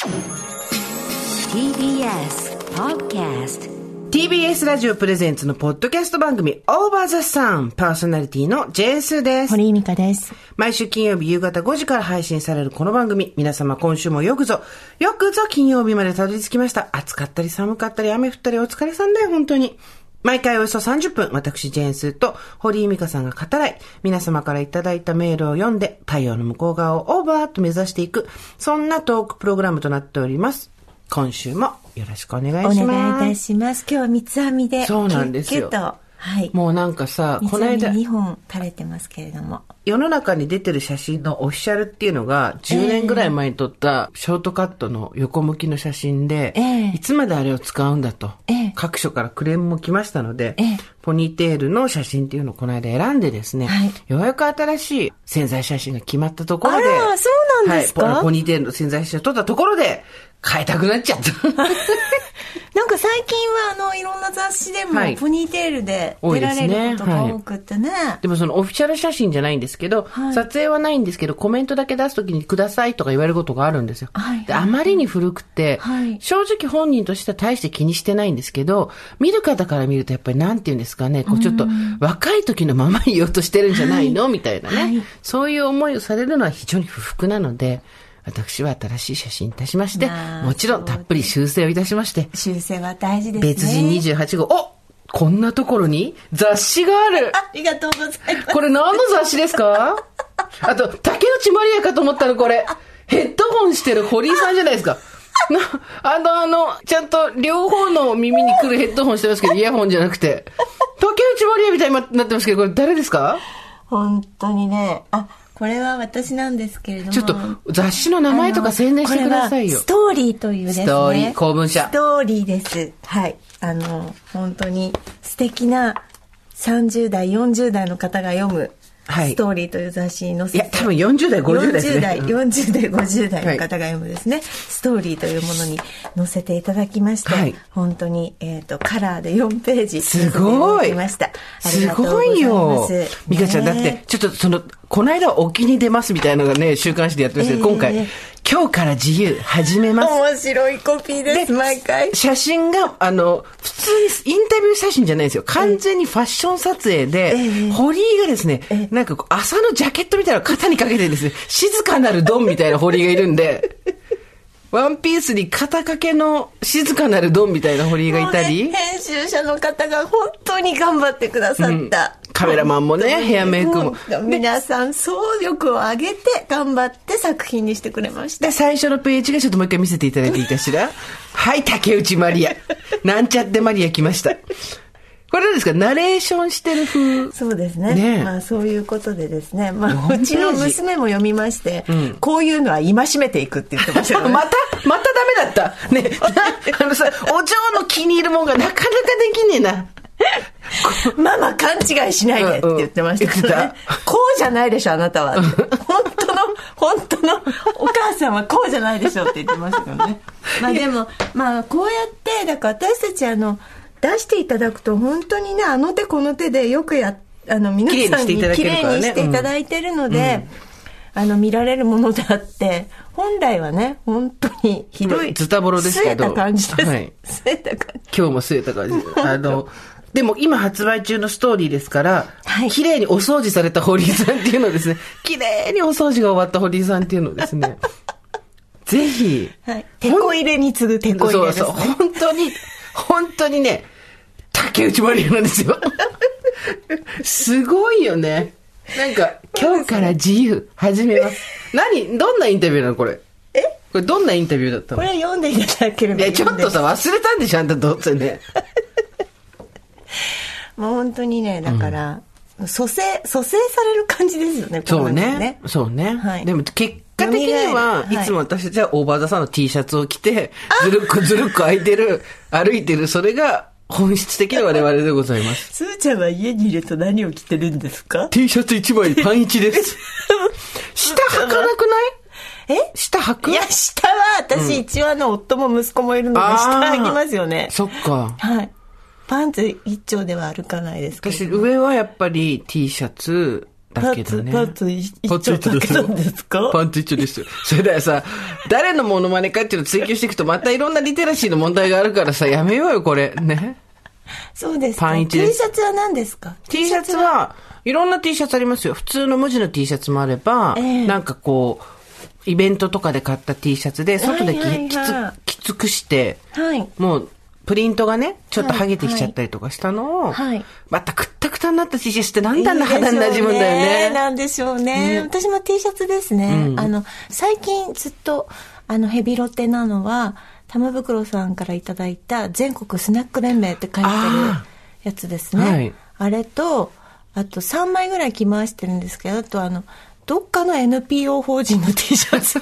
TBS Podcast TBS ラジオプレゼンツのポッドキャスト番組 Over the Sun、 パーソナリティのジェーンスーです。 堀井美香です。 毎週金曜日夕方5時から配信されるこの番組、皆様今週もよくぞ金曜日までたどり着きました。暑かったり寒かったり雨降ったりお疲れさんだよ本当に。毎回およそ30分、私ジェーンスーと堀井美香さんが語らい、皆様からいただいたメールを読んで太陽の向こう側をオーバーと目指していく、そんなトークプログラムとなっております。今週もよろしくお願いします。 お願いいたします。今日は三つ編みで、 そうなんですよ。 キュッと、はい、 もうなんかさ、 この間2本垂れてますけれども、 世の中に出てる写真のオフィシャルっていうのが10年ぐらい前に撮ったショートカットの横向きの写真で、いつまであれを使うんだと、各所からクレームも来ましたので、ポニーテールの写真っていうのをこの間選んでですね、ようやく新しい潜在写真が決まったところで、 あら、そうなんですか？ ポニーテールの潜在写真を撮ったところで変えたくなっちゃったなんか最近はいろんな雑誌でもポニーテールで出られることが多くってね。 でもそのオフィシャル写真じゃないんですけど、撮影はないんですけど、コメントだけ出すときにくださいとか言われることがあるんですよ。であまりに古くて、正直本人としては大して気にしてないんですけど、見る方から見るとやっぱりなんて言うんですかね、こうちょっと若い時のままに言おうとしてるんじゃないのみたいなね、そういう思いをされるのは非常に不服なので、私は新しい写真いたしまして、もちろんたっぷり修正をいたしまして。 修正は大事ですね。 別人28号。お、こんなところに雑誌がある。 ありがとうございます。 これ何の雑誌ですか？あと、竹内まりやかと思ったらこれ、ヘッドホンしてる堀井さんじゃないですか。ちゃんと両方の耳に来るヘッドホンしてますけど、イヤホンじゃなくて。竹内まりやみたいになってますけど、これ誰ですか？ 本当にね。これは私なんですけれども、 ちょっと雑誌の名前とか宣伝してくださいよ。 ストーリーというですね。 ストーリー、公文社。 ストーリーです。はい。本当に素敵な30代、40代の方が読む、ストーリーという雑誌に載せて、いや、多分40代、50代ですね。 40代、50代の方が読むですね、ストーリーというものに載せていただきまして、本当に、カラーで4ページすごい。 ました。 すごいよ。美香ちゃん、だって、ちょっとこの間は沖に出ますみたいなのがね、週刊誌でやってますけど、今回、今日から自由始めます。 面白いコピーです、毎回。 写真が、普通にインタビュー写真じゃないですよ。完全にファッション撮影で、堀井がですね、なんか朝のジャケットみたいなの肩にかけてですね、静かなるドンみたいな堀井がいるんで、ワンピースに肩掛けの静かなるドンみたいな堀井がいたり、 編集者の方が本当に頑張ってくださった。 カメラマンもね、ヘアメイクも。 皆さん、総力を挙げて、頑張って作品にしてくれました。 で、最初のページがちょっともう一回見せていただいていいかしら。はい、竹内まりや。なんちゃってまりや来ました。これですか、ナレーションしてる風。 そうですね。まあ、そういうことでですね。まあ、うちの娘も読みまして、こういうのは戒めていくって言ってましたよね。 またダメだった。ね、お嬢の気に入るもんがなかなかできねえな。 ママ勘違いしないでって言ってましたからね。こうじゃないでしょあなたは。本当のお母さんはこうじゃないでしょって言ってましたけどね。まあでもこうやってだから私たち出していただくと本当にね、あの手この手でよく皆さんにきれいにしていただいてるので、見られるものであって、本来はね、本当にひどい。 ズタボロですけど。 据えた感じです。 はい、 据えた感じ。 今日も据えた感じ。でも今発売中のストーリーですから、綺麗にお掃除された堀井さんっていうのをですね、綺麗にお掃除が終わった堀井さんっていうのをですね、ぜひ。 手こ入れに次ぐ手こ入れですね。 そう、本当にね、竹内まりやなんですよ。すごいよね。なんか、今日から自由始めます。どんなインタビューなのこれ。これどんなインタビューだったの？ これ読んでいただければいい。 いや、ちょっとさ、忘れたんでしょあんたどうせね。 もう本当にね、だから、蘇生される感じですよね、 そうね。そうね。はい、でも結果的には、いつも私たちはオーバーザさんの T シャツを着て、ずるっこ開いてる、歩いてる、それが本質的な我々でございます。 すーちゃんは家にいると何を着てるんですか？ T シャツ1枚、パン1です。下履かなくない？下履く？ いや、下は私、一応夫も息子もいるので、下履きますよね。 そっか。 はい。パンツ一丁では歩かないですけど。 私、上はやっぱり T シャツ、 だけどね。 パンツ一丁だけなんですか？ パンツ一丁ですよ。それではさ、誰のモノマネかっていうのを追求していくとまたいろんなリテラシーの問題があるからさ、やめようよ、これ。ね。 そうですか。 パン一です。 T シャツは何ですか？ T シャツはいろんな T シャツありますよ。普通の無地の T シャツもあれば、なんかこう、イベントとかで買った T シャツで、外できつくして、もう、プリントがね、ちょっと剥げてきちゃったりとかしたのを、またくったくたになった T シャツってなんであんな肌に馴染むんだよね。 なんでしょうね。私も T シャツですね。最近ずっと、ヘビロテなのは、玉袋さんからいただいた全国スナック連盟って書いてるやつですね。あれと、あと3枚ぐらい着回してるんですけど、あとどっかの NPO 法人の T シャツ。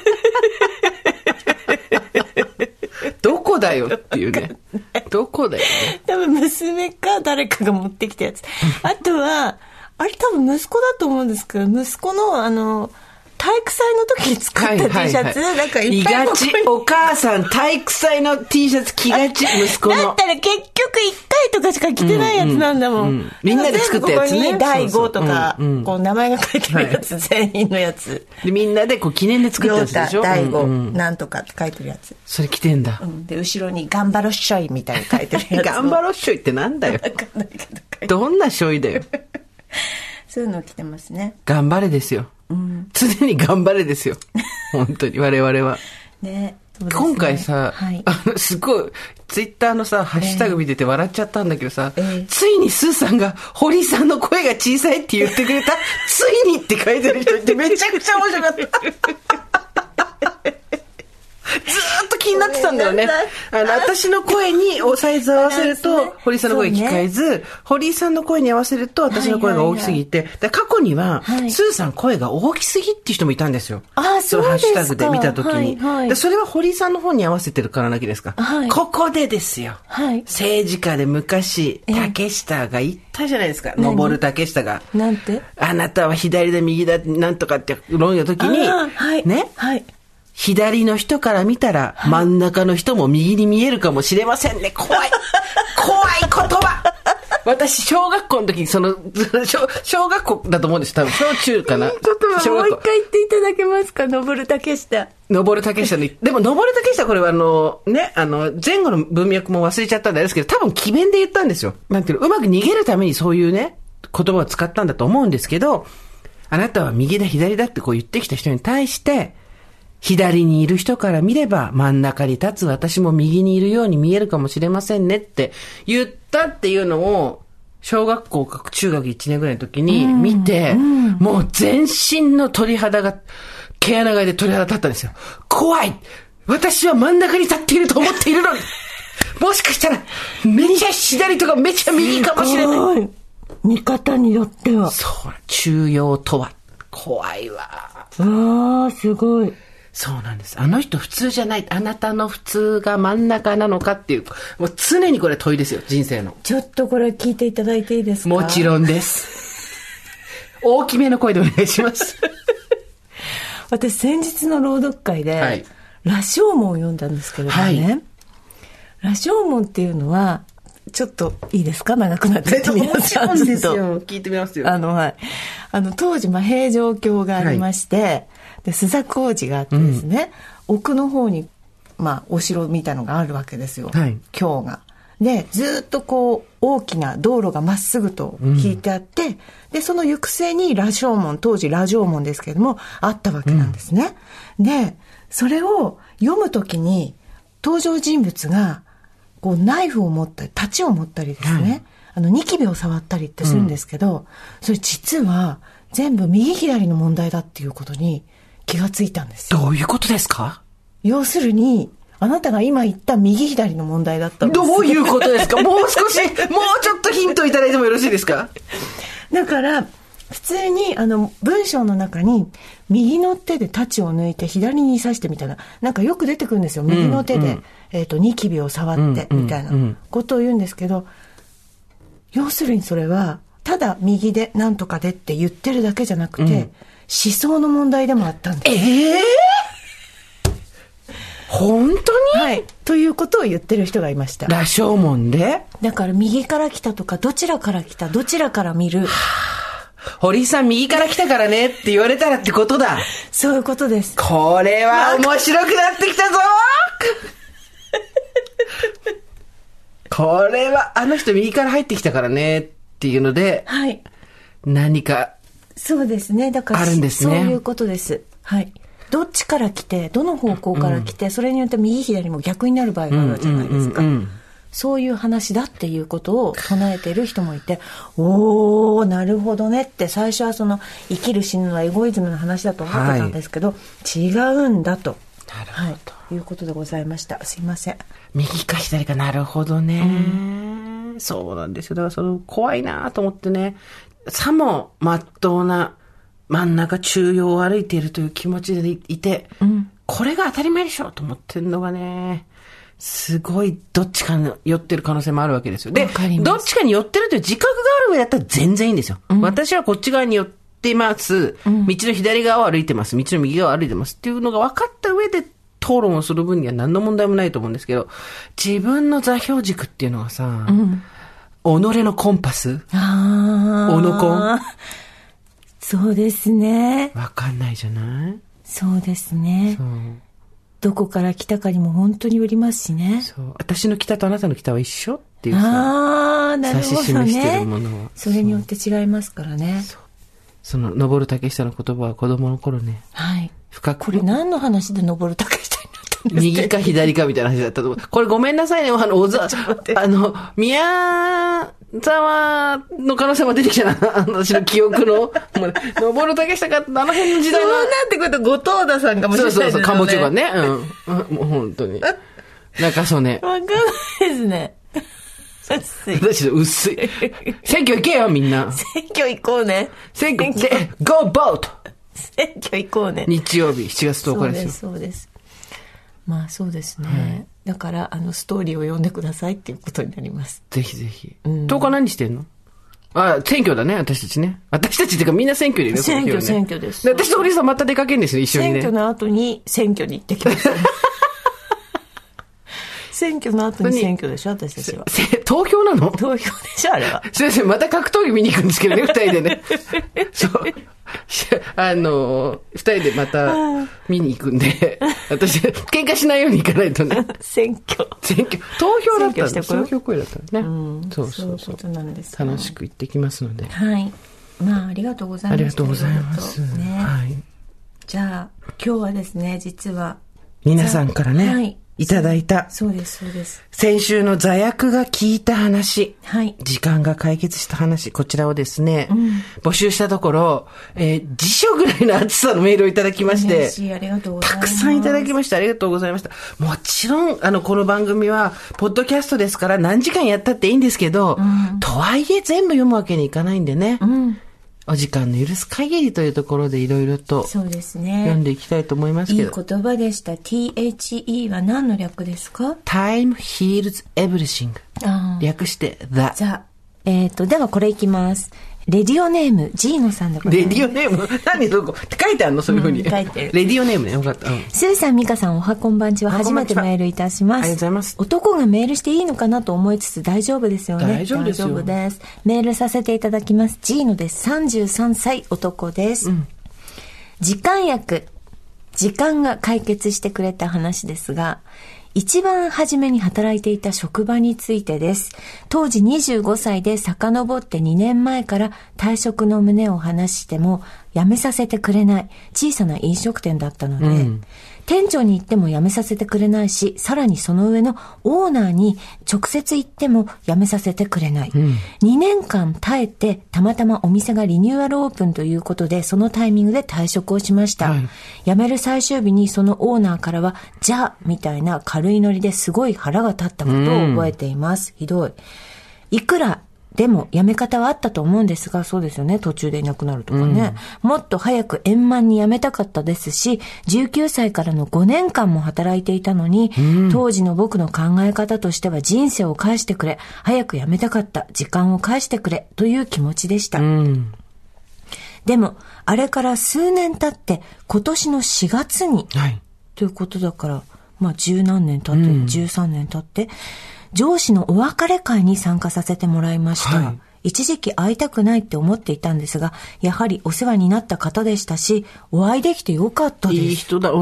どこだよっていうね。どこだよね。 多分娘か誰かが持ってきたやつ。あとは、あれ多分息子だと思うんですけど、息子の体育祭の時に作った T シャツ、なんかいっぱいがち。お母さん体育祭の T シャツ着がち、息子の。 だったら結局1回とかしか着てないやつなんだもん。 みんなで作ったやつね。 ここに第5とか、こう名前が書いてるやつ、全員のやつ。 で、みんなでこう記念で作ったやつでしょ？ 第5、なんとかって書いてるやつ。 それ着てんだ。 で、後ろに頑張ろっしょいみたいに書いてるやつ。 頑張ろっしょいってなんだよ。 わかんないけど。どんなしょいだよ。 そういうのを着てますね。 頑張れですよ。常に頑張れですよ。本当に我々は。 ね。 今回さ、すごい、ツイッターのさ、ハッシュタグ見てて笑っちゃったんだけどさ、ついにスーさんが、堀さんの声が小さいって言ってくれた、ついにって書いてる人いてめちゃくちゃ面白かった。ずーっと気になってたんだよね。私の声にサイズ合わせると、堀さんの声聞こえず、堀さんの声に合わせると、私の声が大きすぎて、過去には、スーさん声が大きすぎって人もいたんですよ。 そのハッシュタグで見たときに。それは堀さんの方に合わせてるからなきですか。ここでですよ。政治家で昔、竹下が言ったじゃないですか。登る竹下が。 なんて？ あなたは左だ右だなんとかって論のときに、ね。左の人から見たら、真ん中の人も右に見えるかもしれませんね。怖い。怖い言葉。私、小学校の時に、小学校だと思うんですよ。多分、小中かな。 ちょっともう一回言っていただけますか？登る竹下。 登る竹下に。でも、登る竹下これは前後の文脈も忘れちゃったんですけど、多分、詭弁で言ったんですよ。なんていうの、うまく逃げるためにそういうね、言葉を使ったんだと思うんですけど、あなたは右だ左だってこう言ってきた人に対して、左にいる人から見れば真ん中に立つ私も右にいるように見えるかもしれませんねって言ったっていうのを小学校か中学1年ぐらいの時に見て、もう全身の鳥肌が毛穴がいで鳥肌立ったんですよ。怖い！私は真ん中に立っていると思っているのにもしかしたらめっちゃ左とかめっちゃ右かもしれない。 見方によっては。 そう、中庸とは怖いわ。 すごい。 そうなんです。あの人普通じゃない。あなたの普通が真ん中なのかっていう、もう常にこれ問いですよ、人生の。 ちょっとこれ聞いていただいていいですか？ もちろんです。大きめの声でお願いします。 私、先日の朗読会で、羅生門を読んだんですけれどもね。羅生門っていうのは、ちょっといいですか？長くなってて皆さん。 ですよ。聞いてみますよ。 当時、平城京がありまして、で朱雀大路があってですね、奥の方にお城みたいのがあるわけですよ、京が。でずっとこう大きな道路がまっすぐと引いてあって、でその行く末に羅生門、当時羅生門ですけれどもあったわけなんですね。でそれを読むときに登場人物がこうナイフを持ったり太刀を持ったりですね、ニキビを触ったりってするんですけど、それ実は全部右左の問題だっていうことに気がついたんですよ。 どういうことですか？ 要するにあなたが今言った右左の問題だったんです。 どういうことですか？もう少しもうちょっとヒントいただいてもよろしいですか？ だから普通に文章の中に右の手で太刀を抜いて左に刺してみたいな、なんかよく出てくるんですよ。右の手で、ニキビを触ってみたいなことを言うんですけど、要するにそれはただ右でなんとかでって言ってるだけじゃなくて、思想の問題でもあったんです。 本当に？ ということを言ってる人がいました。 羅生門で？ だから右から来たとか、どちらから来た、どちらから見る。 堀井さん右から来たからねって言われたらってことだ。 そういうことです。 これは面白くなってきたぞこれはあの人右から入ってきたからねっていうので、 はい。 何かそうですね。だからあるんですね。 そういうことです。はい。どっちから来て、どの方向から来て、それによって右左も逆になる場合があるじゃないですか。そういう話だっていうことを唱えている人もいて、おー、なるほどねって、最初はその生きる死ぬのはエゴイズムの話だと思ってたんですけど、違うんだと。 なるほど。 はい。いうことでございました。すいません。 右か左か、なるほどね。そうなんですよ。だからその怖いなと思ってね、さも真っ当な真ん中中央を歩いているという気持ちでいて、これが当たり前でしょと思ってるのがね、すごいどっちかに寄ってる可能性もあるわけですよ。で、どっちかに寄ってるという自覚がある上だったら全然いいんですよ。私はこっち側に寄っています。道の左側を歩いてます。道の右側を歩いてますっていうのが分かった上で討論をする分には何の問題もないと思うんですけど、自分の座標軸っていうのはさ、己のコンパス、オノコン、 そうですね。 分かんないじゃない？ そうですね。 そうどこから来たかにも本当によりますしね。 そう。私の北とあなたの北は一緒っていうさ、 なるほどね。 指し示してるものは。 それによって違いますからね。 その、登る竹下の言葉は子供の頃ね。 はい。 深く。 これ何の話で登る竹下になったんですか？ 右か左かみたいな話だったと思う。これごめんなさいね、宮沢の可能性も出てきたな。私の記憶の。もう登る竹下か、あの辺の時代の。 そうなってくると、後藤田さんかもしれないですね。 そう、官房長官ね。もう本当に。なんかそうね。 わかんないですね。 私薄い。選挙行けよ、みんな。 選挙行こうね。 選挙、Go vote! 選挙行こうね。 日曜日、7月10日ですよ。 そうです。まあそうですね。だから、ストーリーを読んでくださいっていうことになります。 ぜひぜひ。10日何してんの？選挙だね、私たちね。私たちっていうかみんな選挙でいる。 選挙です。 で、私と堀さんまた出かけるんですよ、一緒にね。 選挙の後に選挙に行ってきます。選挙の後に選挙でしょ、私たちは。 投票なの？ 投票でしょ、あれは。 先生、また格闘技見に行くんですけどね、二人でね。そう。二人でまた見に行くんで、私、喧嘩しないように行かないとね。 選挙。 投票だったんです。投票声だったね。そう。 そういうことなんです。 楽しく行ってきますので。 はい。まあ、ありがとうございます。 ありがとうございます。 ね。 はい。 じゃあ、今日はですね、実は。 皆さんからね。はい。いただいた。 そうです、そうです。 先週の座薬が効いた話。 はい。 時間が解決した話。こちらをですね、募集したところ、辞書ぐらいの厚さのメールをいただきまして。 嬉しい、ありがとうございます。 たくさんいただきました。ありがとうございました。もちろん、この番組は、ポッドキャストですから何時間やったっていいんですけど、とはいえ全部読むわけにいかないんでね。お時間の許す限りというところでいろいろとそうですね。 読んでいきたいと思いますけど。 いい言葉でした。THE は何の略ですか？ Time heals everything。略して The。 ではこれいきます。レディオネーム、ジーノさんでございます。 レディオネーム何どこ書いてあるのそういうふうに。 書いてる。 レディオネームね。よかった。 スーさん、ミカさん、おはこんばんちは。初めてメールいたします。 ありがとうございます。 男がメールしていいのかなと思いつつ大丈夫ですよね。 大丈夫ですよ。 大丈夫です。メールさせていただきます。ジーノです。33歳男です。時間薬。時間が解決してくれた話ですが、一番初めに働いていた職場についてです。当時25歳で遡って2年前から退職の旨を話しても辞めさせてくれない小さな飲食店だったので、店長に言っても辞めさせてくれないし、さらにその上のオーナーに直接言っても辞めさせてくれない。2年間耐えて、たまたまお店がリニューアルオープンということで、そのタイミングで退職をしました。辞める最終日にそのオーナーからは、じゃあ、みたいな軽いノリですごい腹が立ったことを覚えています。ひどい。いくら、でも、辞め方はあったと思うんですが、そうですよね。途中でいなくなるとかね。もっと早く円満に辞めたかったですし、19歳からの5年間も働いていたのに、当時の僕の考え方としては人生を返してくれ、早く辞めたかった、時間を返してくれ、という気持ちでした。でも、あれから数年経って、今年の4月に、ということだから、まあ、十何年経って、13年経って、上司のお別れ会に参加させてもらいました。 一時期会いたくないって思っていたんですが、やはりお世話になった方でしたし、お会いできてよかったです。 いい人だ。うん。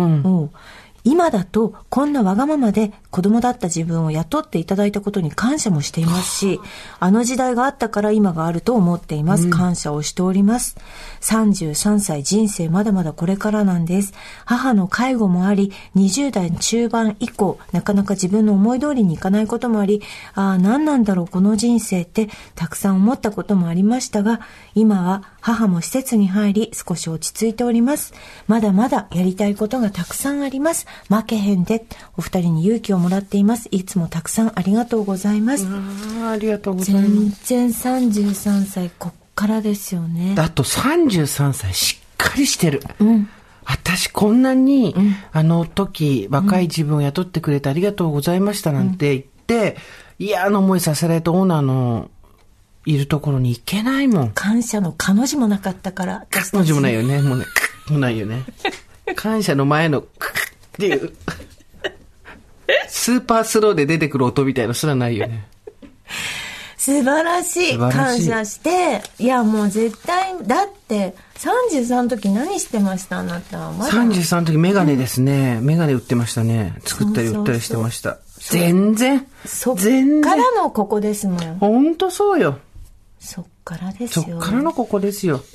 今だとこんなわがままで子供だった自分を雇っていただいたことに感謝もしていますし、あの時代があったから今があると思っています。感謝をしております。33歳、人生まだまだこれからなんです。母の介護もあり、20代中盤以降なかなか自分の思い通りにいかないこともあり、何なんだろうこの人生ってたくさん思ったこともありましたが、今は母も施設に入り少し落ち着いております。まだまだやりたいことがたくさんあります。負けへんで。お二人に勇気をもらっています。いつもたくさんありがとうございます。 ありがとうございます。 全然33歳こっからですよね。 あと33歳しっかりしてる。私こんなに、あの時若い自分を雇ってくれてありがとうございましたなんて言って、嫌な思いさせられたオーナーのいるところに行けないもん。 感謝の彼女もなかったから。 彼女もないよね。もうないよね。感謝の前のっていうスーパースローで出てくる音みたいなすらないよね。 素晴らしい。感謝して、いやもう絶対だって33の時何してましたあなた。まだ 33の時メガネですね。メガネ売ってましたね。作ったり売ったりしてました。全然そっからのここですもん。 ほんとそうよ。 そっからですよ。 そっからのここですよ。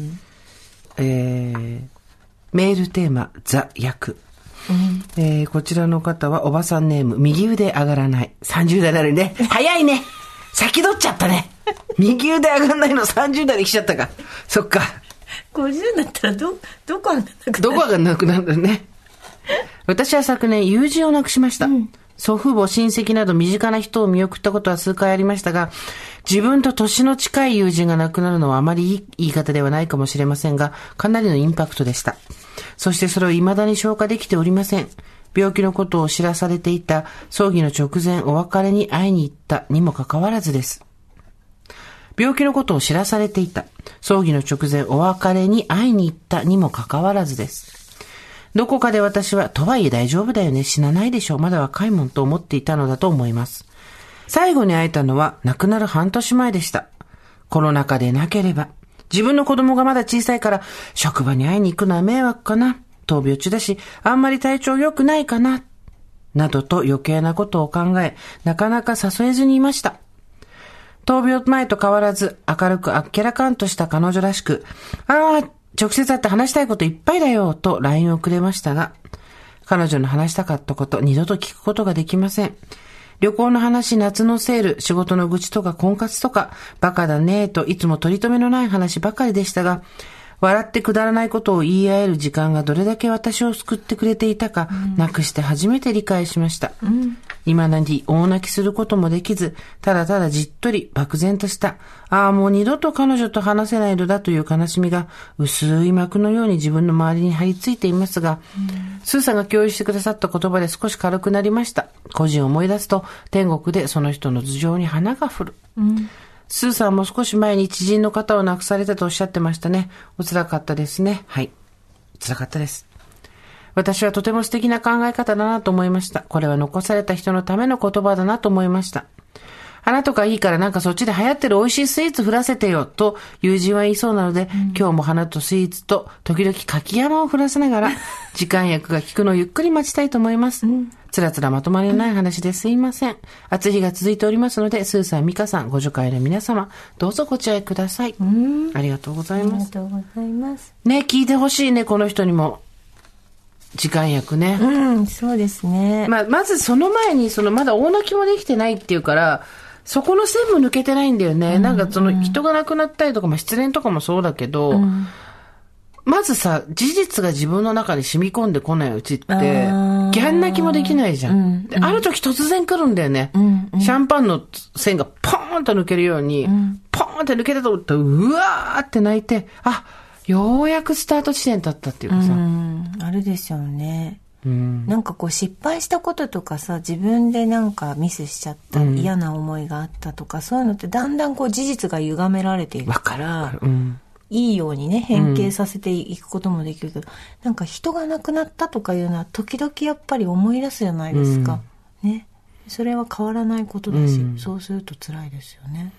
メールテーマザ役。こちらの方はおばさんネーム右腕上がらない。30代なのにね。早いね。先取っちゃったね。右腕上がらないの30代で来ちゃったか。そっか。 50だったらどこ上がんなくなる。 どこ上がんなくなるんだね。私は昨年友人を亡くしました。祖父母、親戚など身近な人を見送ったことは数回ありましたが、自分と年の近い友人が亡くなるのはあまりいい言い方ではないかもしれませんが、かなりのインパクトでした。そしてそれを未だに消化できておりません。病気のことを知らされていた、葬儀の直前お別れに会いに行ったにもかかわらずです。病気のことを知らされていた、葬儀の直前お別れに会いに行ったにもかかわらずです。どこかで私は、とはいえ大丈夫だよね、死なないでしょう、まだ若いもんと思っていたのだと思います。最後に会えたのは亡くなる半年前でした。コロナ禍でなければ、自分の子供がまだ小さいから職場に会いに行くのは迷惑かな、闘病中だしあんまり体調良くないかな、などと余計なことを考え、なかなか誘えずにいました。闘病前と変わらず明るくあっけらかんとした彼女らしく、直接会って話したいこといっぱいだよと LINE をくれましたが、彼女の話したかったこと二度と聞くことができません。旅行の話、夏のセール、仕事の愚痴とか婚活とか、バカだねといつも取り留めのない話ばかりでしたが、笑ってくだらないことを言い合える時間がどれだけ私を救ってくれていたか、なくして初めて理解しました。未だに大泣きすることもできず、ただただじっとり漠然とした、もう二度と彼女と話せないのだという悲しみが薄い膜のように自分の周りに張り付いていますが、スーさんが共有してくださった言葉で少し軽くなりました。個人を思い出すと天国でその人の頭上に花が降る。スーさんも少し前に知人の方を亡くされたとおっしゃってましたね。お辛かったですね。はい。辛かったです。私はとても素敵な考え方だなと思いました。これは残された人のための言葉だなと思いました。花とかいいからなんかそっちで流行ってる美味しいスイーツ降らせてよと友人は言いそうなので、今日も花とスイーツと時々柿山を降らせながら時間薬が効くのをゆっくり待ちたいと思います。つらつらまとまりのない話ですいません。暑い日が続いておりますので、スーさん、ミカさん、ご助会の皆様、どうぞご自愛ください。ありがとうございます。 ありがとうございます。 ね、聞いてほしいね、この人にも。時間薬ね。 そうですね。 まずその前に、まだ大泣きもできてないっていうから、そこの線も抜けてないんだよね。なんか人が亡くなったりとか、失恋とかもそうだけど、まずさ、事実が自分の中に染み込んでこないうちって、ギャン泣きもできないじゃん。である時突然来るんだよね。シャンパンの線がポーンと抜けるように、ポーンって抜けたと思ったら、うわーって泣いて、ようやくスタート地点だったっていうかさ。 あるでしょうね。なんか失敗したこととかさ、自分でなんかミスしちゃった、嫌な思いがあったとか、そういうのってだんだん事実が歪められていくから、いいようにね、変形させていくこともできるけど、なんか人が亡くなったとかいうのは時々やっぱり思い出すじゃないですか。ね。それは変わらないことだし、そうすると辛いですよね。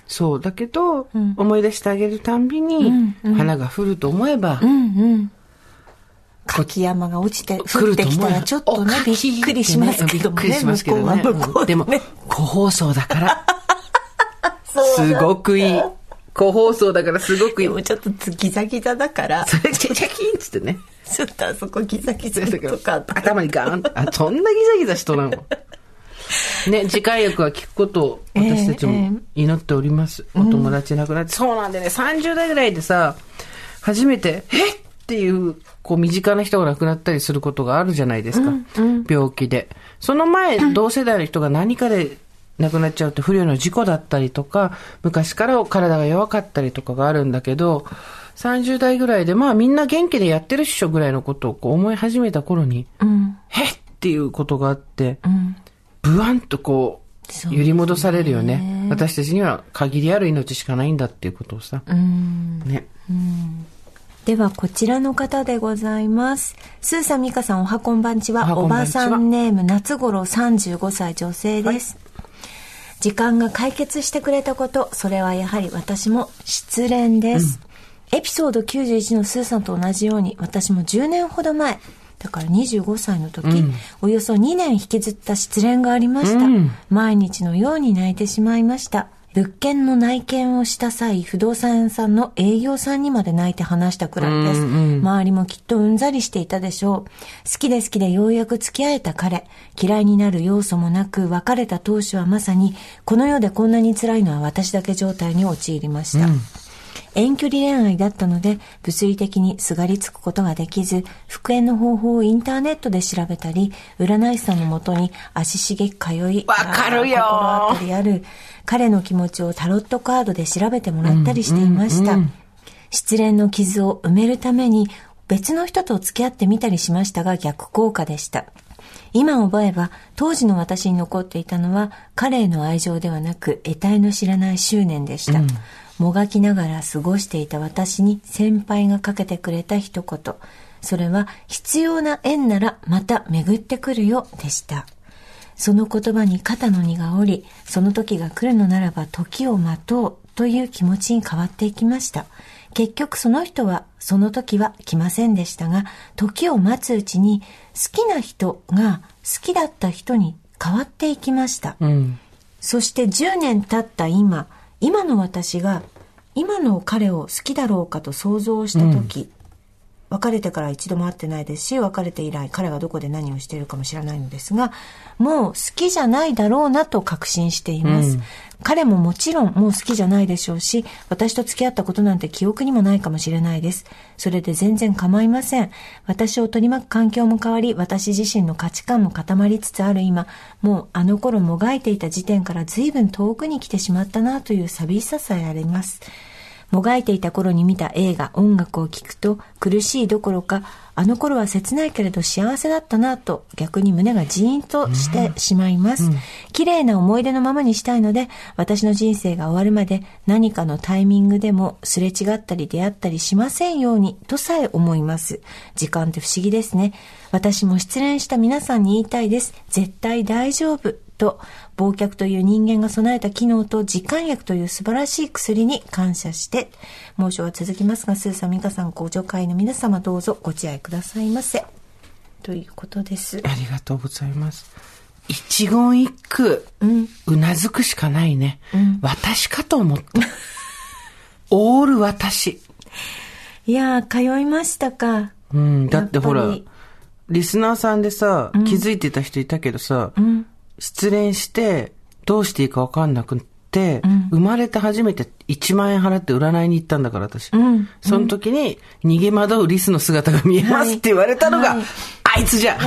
そう。だけど、思い出してあげるたんびに、花が降ると思えば、 柿山が落ちて、降ってきたらちょっとね、びっくりしますけどもね。 びっくりしますけどね。でも、個包装だから。すごくいい。個包装だからすごくいい。 でもちょっとギザギザだから。 それチャキンっつってね。 ちょっとあそこギザギザとか。 頭にガーンって。あ、そんなギザギザしとらんわ。ね、次回役は聞くことを私たちも祈っております。お友達亡くなって。そうなんでね、30代ぐらいでさ、初めて、っていう、こう、身近な人が亡くなったりすることがあるじゃないですか。病気で。その前、同世代の人が何かで亡くなっちゃうって不慮の事故だったりとか、昔から体が弱かったりとかがあるんだけど、30代ぐらいで、まあみんな元気でやってるっしょぐらいのことをこう思い始めた頃に、っていうことがあって、ブワンとこう、揺り戻されるよね。私たちには限りある命しかないんだっていうことをさ。ね。 ではこちらの方でございます。スーさん、ミカさん、おはこんばんちは。おばさんネーム夏頃35歳女性です。時間が解決してくれたこと、それはやはり私も失恋です。エピソード91のスーさんと同じように、私も10年ほど前、だから25歳の時、およそ2年引きずった失恋がありました。毎日のように泣いてしまいました。物件の内見をした際、不動産屋さんの営業さんにまで泣いて話したくらいです。周りもきっとうんざりしていたでしょう。好きでようやく付き合えた彼。嫌いになる要素もなく、別れた当初はまさに、この世でこんなに辛いのは私だけ状態に陥りました。遠距離恋愛だったので、物理的にすがりつくことができず、復縁の方法をインターネットで調べたり、占い師さんのもとに足しげく通い、 わかるよー。 心当たりある彼の気持ちをタロットカードで調べてもらったりしていました。失恋の傷を埋めるために、別の人と付き合ってみたりしましたが、逆効果でした。今思えば、当時の私に残っていたのは、彼への愛情ではなく、得体の知らない執念でした。もがきながら過ごしていた私に先輩がかけてくれた一言。それは、必要な縁ならまた巡ってくるよ、でした。その言葉に肩の荷が下り、その時が来るのならば時を待とうという気持ちに変わっていきました。結局その人は、その時は来ませんでしたが、時を待つうちに好きな人が好きだった人に変わっていきました。そして10年経った今の私が今の彼を好きだろうかと想像した時、別れてから一度も会ってないですし、別れて以来彼がどこで何をしているかも知らないのですが、もう好きじゃないだろうなと確信しています。彼ももちろんもう好きじゃないでしょうし、私と付き合ったことなんて記憶にもないかもしれないです。それで全然構いません。私を取り巻く環境も変わり、私自身の価値観も固まりつつある今、もうあの頃もがいていた時点から随分遠くに来てしまったなという寂しささえあります。もがいていた頃に見た映画、音楽を聴くと苦しいどころか、あの頃は切ないけれど幸せだったなと逆に胸がジーンとしてしまいます。綺麗な思い出のままにしたいので、私の人生が終わるまで何かのタイミングでもすれ違ったり出会ったりしませんようにとさえ思います。時間って不思議ですね。私も失恋した皆さんに言いたいです。絶対大丈夫。と、忘却という人間が備えた機能と時間薬という素晴らしい薬に感謝して、猛暑は続きますが、スーさん、ミカさん、ご助会の皆様どうぞご自愛くださいませ。ということです。 ありがとうございます。一言一句、うなずくしかないね。私かと思った。オール私。 いやー、通いましたか。 だってほら、リスナーさんでさ、気づいてた人いたけどさ、失恋してどうしていいか分かんなくって、生まれて初めて1万円払って占いに行ったんだから私、その時に逃げ惑うリスの姿が見えますって言われたのが、あいつじゃ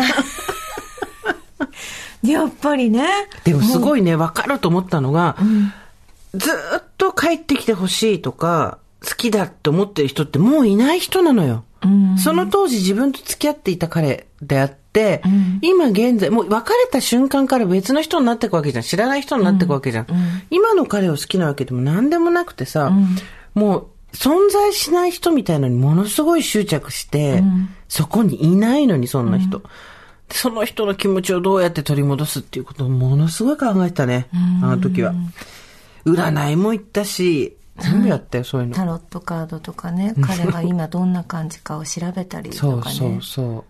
やっぱりね。 でもすごいね、分かると思ったのが、ずっと帰ってきてほしいとか好きだって思ってる人ってもういない人なのよ。その当時自分と付き合っていた彼であって、今現在、もう別れた瞬間から別の人になっていくわけじゃん。知らない人になっていくわけじゃん。今の彼を好きなわけでも何でもなくてさ、もう存在しない人みたいなのにものすごい執着して、そこにいないのにそんな人。その人の気持ちをどうやって取り戻すっていうことをものすごい考えてたね、あの時は。 占いも行ったし、全部やったよ、そういうの。 タロットカードとかね、彼が今どんな感じかを調べたりとかね。 そう。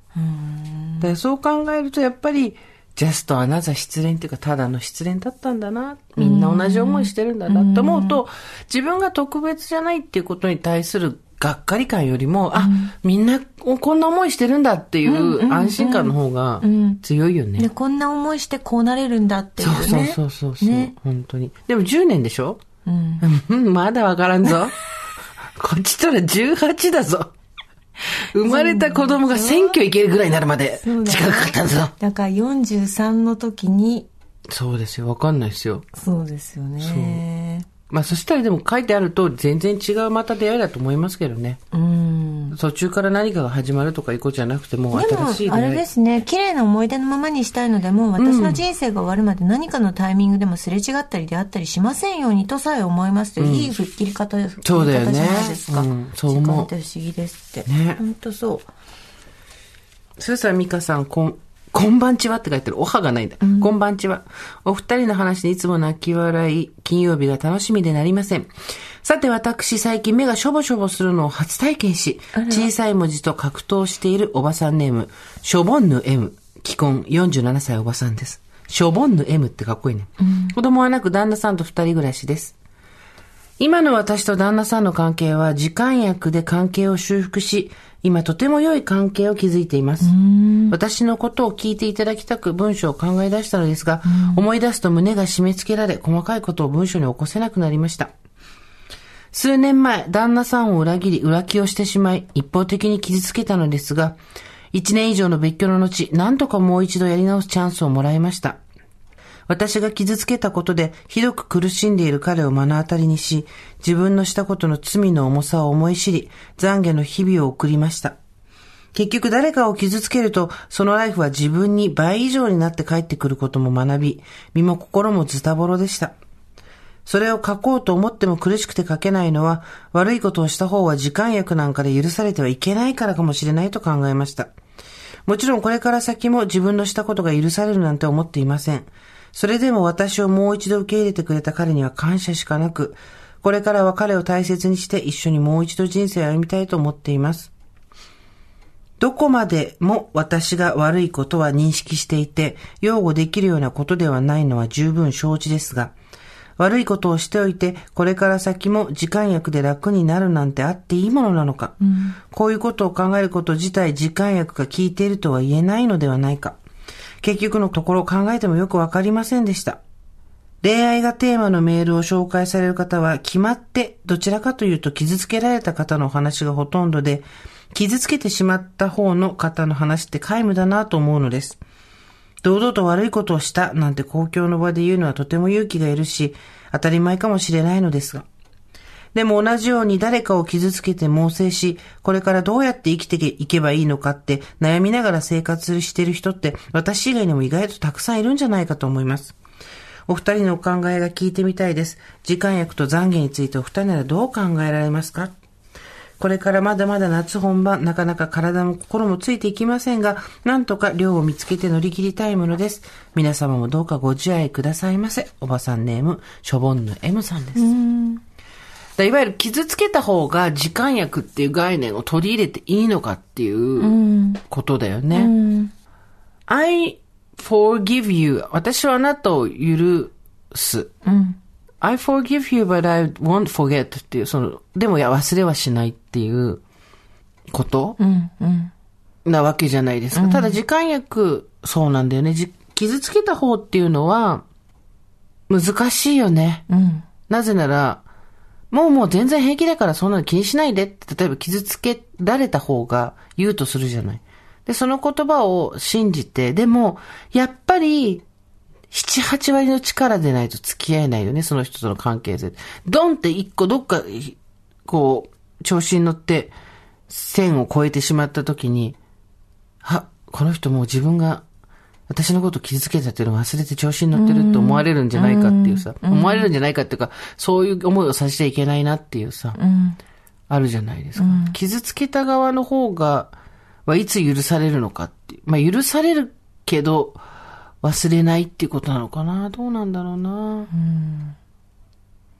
でそう考えるとやっぱり、ジャストアナザー失恋っていうか、ただの失恋だったんだな。みんな同じ思いしてるんだなって思うと、自分が特別じゃないっていうことに対するがっかり感よりも、みんなこんな思いしてるんだっていう安心感の方が強いよね。 でこんな思いしてこうなれるんだっていうね。 そう、ね、本当に。でも10年でしょ？まだわからんぞ。こっちとら18だぞ。生まれた子供が選挙行けるぐらいになるまで時間かかったんぞ。 だから43の時に。 そうですよ。わかんないですよ。 そうですよね。 まあそしたらでも書いてあると全然違うまた出会いだと思いますけどね。途中から何かが始まるとかいうことじゃなくてもう新しい出会い。 でもあれですね、綺麗な思い出のままにしたいので、もう私の人生が終わるまで何かのタイミングでもすれ違ったり出会ったりしませんようにとさえ思いますと、いい吹っ切り方じゃないですか。 そうだよね。そう思う。 時間って不思議ですって。ね。本当そう。 それさら美香さん、こんばんちはって書いてる。おはがないんだ。こんばんちは。お二人の話にいつも泣き笑い、金曜日が楽しみでなりません。さて私、最近目がしょぼしょぼするのを初体験し、小さい文字と格闘しているおばさんネーム、しょぼんぬ M、既婚47歳おばさんです。しょぼんぬ M ってかっこいいね。子供はなく旦那さんと二人暮らしです。今の私と旦那さんの関係は時間薬で関係を修復し、今とても良い関係を築いています。私のことを聞いていただきたく文章を考え出したのですが、思い出すと胸が締め付けられ、細かいことを文章に起こせなくなりました。数年前、旦那さんを裏切り浮気をしてしまい、一方的に傷つけたのですが、1年以上の別居の後、何とかもう一度やり直すチャンスをもらいました。私が傷つけたことでひどく苦しんでいる彼を目の当たりにし、自分のしたことの罪の重さを思い知り、懺悔の日々を送りました。結局誰かを傷つけると、そのライフは自分に倍以上になって帰ってくることも学び、身も心もズタボロでした。それを書こうと思っても苦しくて書けないのは、悪いことをした方は時間薬なんかで許されてはいけないからかもしれないと考えました。もちろんこれから先も自分のしたことが許されるなんて思っていません。それでも私をもう一度受け入れてくれた彼には感謝しかなく、これからは彼を大切にして一緒にもう一度人生を歩みたいと思っています。どこまでも私が悪いことは認識していて、擁護できるようなことではないのは十分承知ですが、悪いことをしておいて、これから先も時間薬で楽になるなんてあっていいものなのか、こういうことを考えること自体時間薬が効いているとは言えないのではないか。結局のところを考えてもよくわかりませんでした。恋愛がテーマのメールを紹介される方は決まってどちらかというと傷つけられた方の話がほとんどで、傷つけてしまった方の方の話って皆無だなと思うのです。堂々と悪いことをしたなんて公共の場で言うのはとても勇気がいるし、当たり前かもしれないのですが。でも同じように誰かを傷つけて猛省し、これからどうやって生きていけばいいのかって悩みながら生活している人って私以外にも意外とたくさんいるんじゃないかと思います。お二人のお考えが聞いてみたいです。時間薬と懺悔についてお二人ならどう考えられますか？これからまだまだ夏本番、なかなか体も心もついていきませんが、なんとか量を見つけて乗り切りたいものです。皆様もどうかご自愛くださいませ。おばさんネーム、しょぼんぬ M さんです。いわゆる傷つけた方が時間薬っていう概念を取り入れていいのかっていうことだよね。I forgive you. 私はあなたを許す。I forgive you, but I won't forget っていう、でも忘れはしないっていうこと、なわけじゃないですか。ただ時間薬、そうなんだよね。傷つけた方っていうのは難しいよね。なぜなら、もう全然平気だからそんなの気にしないでって、例えば傷つけられた方が言うとするじゃない。で、その言葉を信じて、でも、やっぱり、7、8割の力でないと付き合えないよね、その人との関係性。ドンって一個どっか、調子に乗って、線を越えてしまった時に、この人もう自分が、私のこと傷つけたっていうのを忘れて調子に乗ってるって思われるんじゃないかっていうさ、思われるんじゃないかっていうか、そういう思いをさせちゃいけないなっていうさ、あるじゃないですか。傷つけた側の方が、いつ許されるのかっていう。許されるけど、忘れないっていうことなのかな。どうなんだろうな。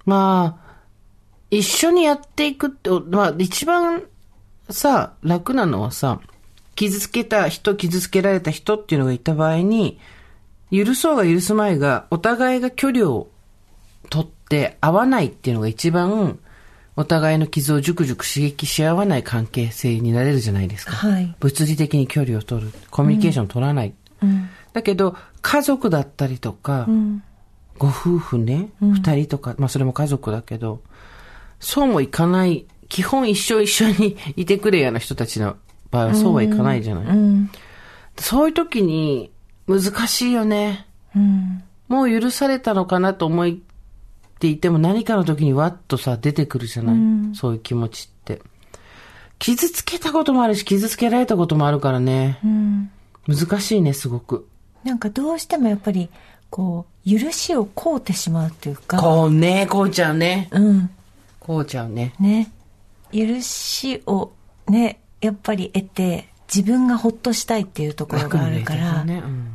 まあ、一緒にやっていくって、まあ一番さ、楽なのはさ、傷つけた人、傷つけられた人っていうのがいた場合に、許そうが許すまいが、お互いが距離を取って合わないっていうのが一番、お互いの傷をじゅくじゅく刺激し合わない関係性になれるじゃないですか。 はい、 物理的に距離を取る。コミュニケーションを取らない。だけど、家族だったりとか、ご夫婦ね、二人とか、まあそれも家族だけど、そうもいかない、基本一緒にいてくれやの人たちの場合はそうはいかないじゃない。そういう時に難しいよね。もう許されたのかなと思っていても何かの時にわっとさ出てくるじゃない、そういう気持ちって。傷つけたこともあるし、傷つけられたこともあるからね。難しいね、すごく。 なんかどうしてもやっぱり、こう、許しを請うてしまうっていうか。 こうちゃうね。こうちゃうね。 ね。許しをね、やっぱり得て、自分がほっとしたいっていうところがあるから、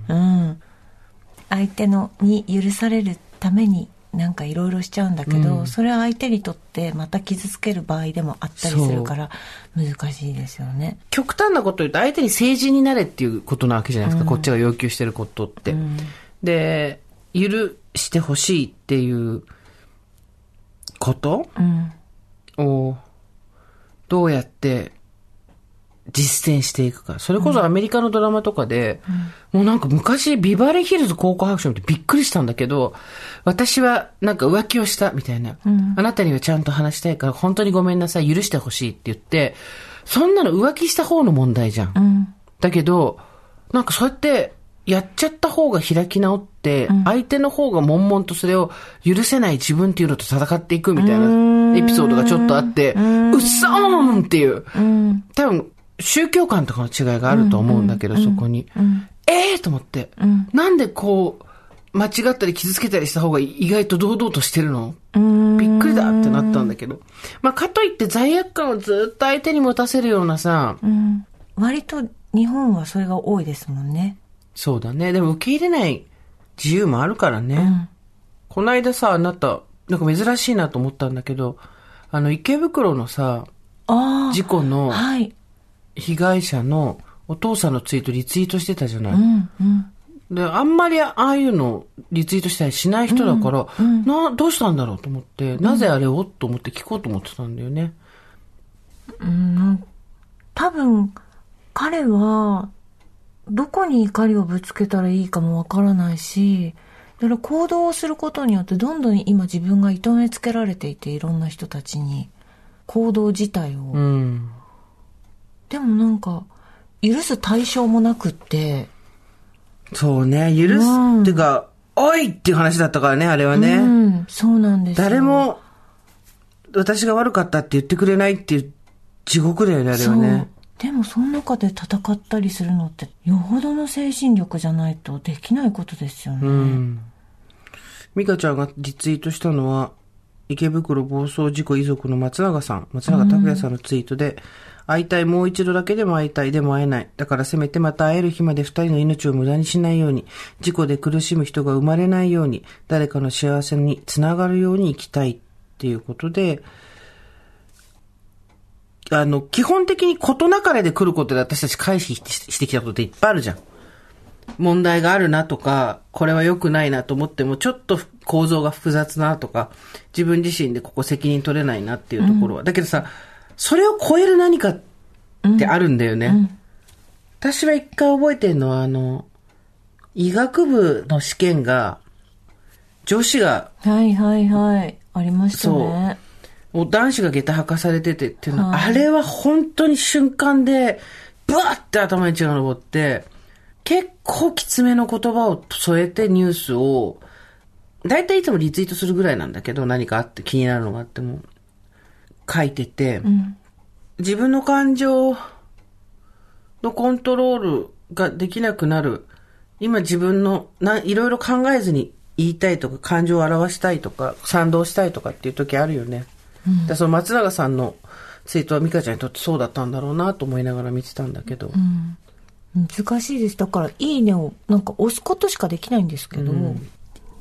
相手に許されるためになんかいろいろしちゃうんだけど、それは相手にとってまた傷つける場合でもあったりするから難しいですよね。 極端なこと言うと相手に誠実になれっていうことなわけじゃないですか、こっちが要求してることって、で許してほしいっていうことをどうやって実践していくか。それこそアメリカのドラマとかで、もうなんか昔ビバリーヒルズ高校白書ってびっくりしたんだけど、私はなんか浮気をしたみたいな、あなたにはちゃんと話したいから本当にごめんなさい、許してほしいって言って、そんなの浮気した方の問題じゃん。だけどなんかそうやってやっちゃった方が開き直って、相手の方が悶々とそれを許せない自分っていうのと戦っていくみたいなエピソードがちょっとあって、うっそーんっていう、多分宗教観とかの違いがあると思うんだけど、そこに。と思って、なんでこう、間違ったり傷つけたりした方が意外と堂々としてるの？びっくりだってなったんだけど。まあ、かといって罪悪感をずっと相手に持たせるようなさ。 割と日本はそれが多いですもんね。 そうだね。でも受け入れない自由もあるからね。この間さ、あなた、なんか珍しいなと思ったんだけど、池袋のさ、事故の、被害者のお父さんのツイートリツイートしてたじゃない。で、あんまりああいうのリツイートしたりしない人だから、どうしたんだろうと思って、なぜあれをと思って聞こうと思ってたんだよね。 多分、彼は、どこに怒りをぶつけたらいいかもわからないし、だから行動をすることによってどんどん今自分が痛めつけられていて、いろんな人たちに行動自体を。でもなんか、許す対象もなくって。 そうね、許すっていうか、おいっていう話だったからね、あれはね。 そうなんですよ。 誰も、私が悪かったって言ってくれないっていう地獄だよね、あれはね。 でもその中で戦ったりするのって、よほどの精神力じゃないとできないことですよね。 美香ちゃんがリツイートしたのは、池袋暴走事故遺族の松永拓也さんのツイートで、会いたい、もう一度だけでも会いたい、でも会えない。だからせめてまた会える日まで二人の命を無駄にしないように、事故で苦しむ人が生まれないように、誰かの幸せにつながるように生きたいっていうことで、基本的に事なかれで来ることで私たち回避してきたことっていっぱいあるじゃん。問題があるなとか、これは良くないなと思っても、ちょっと構造が複雑なとか、自分自身でここ責任取れないなっていうところは。だけどさ、それを超える何かってあるんだよね。私は一回覚えてるのは、医学部の試験が、女子が、 ありましたね。 そう。男子が下駄履かされててっていうのは、あれは本当に瞬間で、ブワーって頭に血が上って、結構きつめの言葉を添えてニュースを、だいたいいつもリツイートするぐらいなんだけど、何かあって気になるのがあっても、書いてて、自分の感情のコントロールができなくなる、今自分のいろいろ考えずに言いたいとか、感情を表したいとか、賛同したいとかっていう時あるよね。だその松永さんのツイートは美香ちゃんにとってそうだったんだろうなと思いながら見てたんだけど、 難しいです。だからいいねをなんか押すことしかできないんですけど、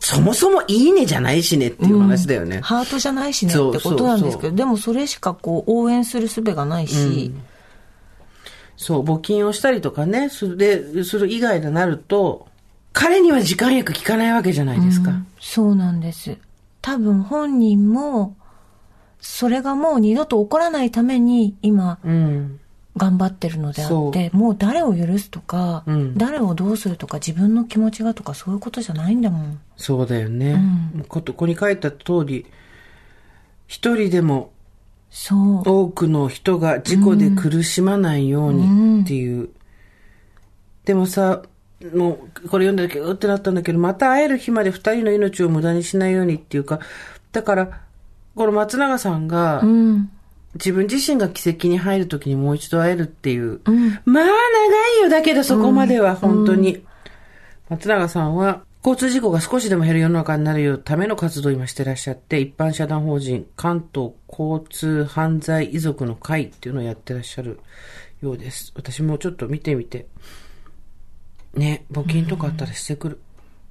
そもそもいいねじゃないしねっていう話だよね。 ハートじゃないしねってことなんですけど、でもそれしかこう応援する術がないし、 そう、募金をしたりとかね、する以外となると、彼には時間薬効かないわけじゃないですか。 そうなんです。多分本人も、それがもう二度と起こらないために今、頑張ってるのであって、もう誰を許すとか、誰をどうするとか自分の気持ちがとかそういうことじゃないんだもん。 そうだよね。ここに書いた通り、一人でも多くの人が事故で苦しまないようにっていう。でもさ、もうこれ読んだ時ってなったんだけど、また会える日まで二人の命を無駄にしないようにっていうか、だからこの松永さんが、自分自身が奇跡に入るときにもう一度会えるっていう。まあ長いよ。だけどそこまでは本当に。松永さんは交通事故が少しでも減る世の中になるための活動を今してらっしゃって、一般社団法人関東交通犯罪遺族の会っていうのをやってらっしゃるようです。私もちょっと見てみて。ね、募金とかあったらしてくる。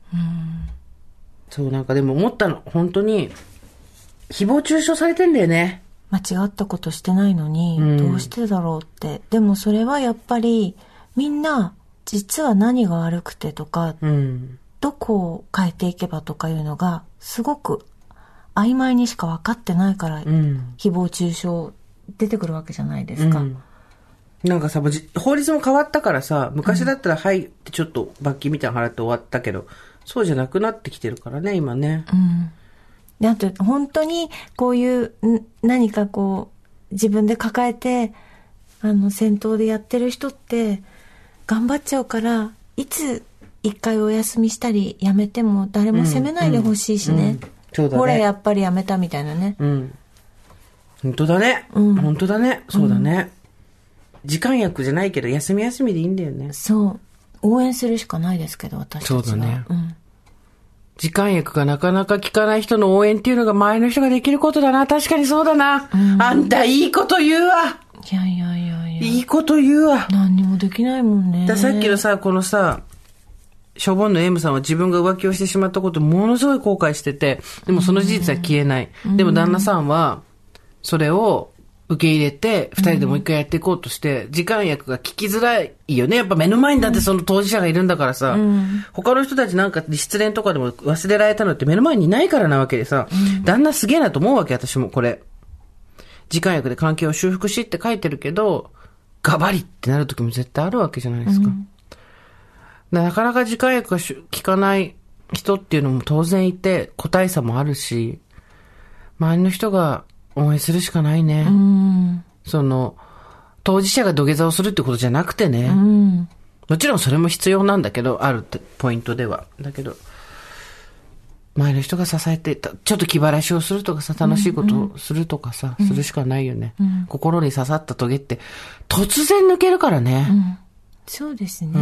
そう、なんかでも思ったの。本当に、誹謗中傷されてんだよね。 間違ったことしてないのに、どうしてだろうって。でもそれはやっぱり、みんな、実は何が悪くてとか、どこを変えていけばとかいうのが、すごく曖昧にしか分かってないから、誹謗中傷出てくるわけじゃないですか。 なんかさ、法律も変わったからさ、昔だったら、はいってちょっと罰金みたいなの払って終わったけど、そうじゃなくなってきてるからね、今ね。 で、あと、本当に、こういう、何かこう、自分で抱えて、戦闘でやってる人って、頑張っちゃうから、いつ一回お休みしたり、やめても誰も責めないでほしいしね。 そうだね。 ほら、やっぱりやめたみたいなね。 本当だね。本当だね。そうだね。時間薬じゃないけど、休み休みでいいんだよね。 そう。応援するしかないですけど、私たちは。 そうだね。時間薬がなかなか効かない人の応援っていうのが前の人ができることだな。確かにそうだな。あんたいいこと言うわ。 いやいやいやいや。 いいこと言うわ。 何にもできないもんね。 さっきのさ、このさ、しょぼんの M さんは自分が浮気をしてしまったことをものすごい後悔してて、でもその事実は消えない。でも旦那さんは、それを受け入れて、二人でもう一回やっていこうとして、時間薬が効きづらいよね。やっぱ目の前にだってその当事者がいるんだからさ、他の人たちなんか失恋とかでも忘れられたのって目の前にいないからなわけでさ、旦那すげえなと思うわけ、私もこれ。時間薬で関係を修復しって書いてるけど、ガバリってなる時も絶対あるわけじゃないですか。なかなか時間薬が効かない人っていうのも当然いて、個体差もあるし、周りの人が応援するしかないね。その、当事者が土下座をするってことじゃなくてね。もちろんそれも必要なんだけど、あるポイントでは。だけど、周りの人が支えて、ちょっと気晴らしをするとかさ、楽しいことをするとかさ、するしかないよね。心に刺さったトゲって、突然抜けるからね。 そうですね。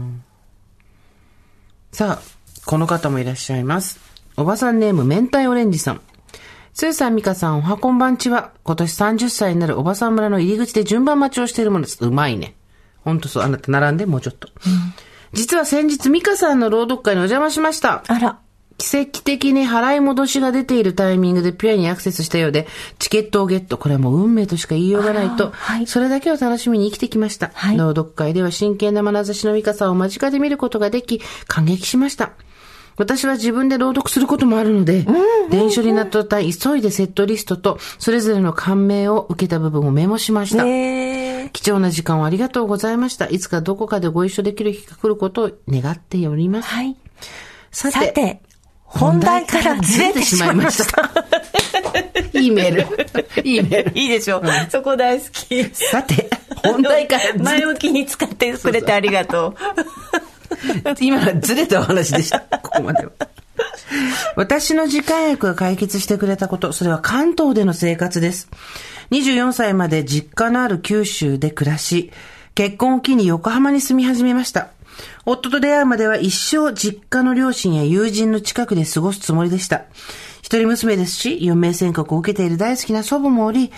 さあ、この方もいらっしゃいます。おばさんネーム、明太オレンジさん。スーさん、ミカさん、おはこんばんちは。今年30歳になるおばさん村の入り口で順番待ちをしているものです。うまいね。ほんとそう。あなた並んで、もうちょっと。実は先日、ミカさんの朗読会にお邪魔しました。 あら。 奇跡的に払い戻しが出ているタイミングでピュアにアクセスしたようで、チケットをゲット。これはもう運命としか言いようがないと、それだけを楽しみに生きてきました。朗読会では真剣な眼差しのミカさんを間近で見ることができ、感激しました。私は自分で朗読することもあるので、電書になった途端、急いでセットリストと、それぞれの感銘を受けた部分をメモしました。貴重な時間をありがとうございました。いつかどこかでご一緒できる日が来ることを願っております。さて、 本題からずれてしまいました。 いいメール。いいメール。 いいでしょ。そこ大好き。 さて、本題から前向きに使ってくれてありがとう。 今のはずれたお話でした。ここまでは。私の時間薬が解決してくれたこと、それは関東での生活です。24歳まで実家のある九州で暮らし、結婚を機に横浜に住み始めました。夫と出会うまでは一生実家の両親や友人の近くで過ごすつもりでした。一人娘ですし、余命宣告を受けている大好きな祖母もおり、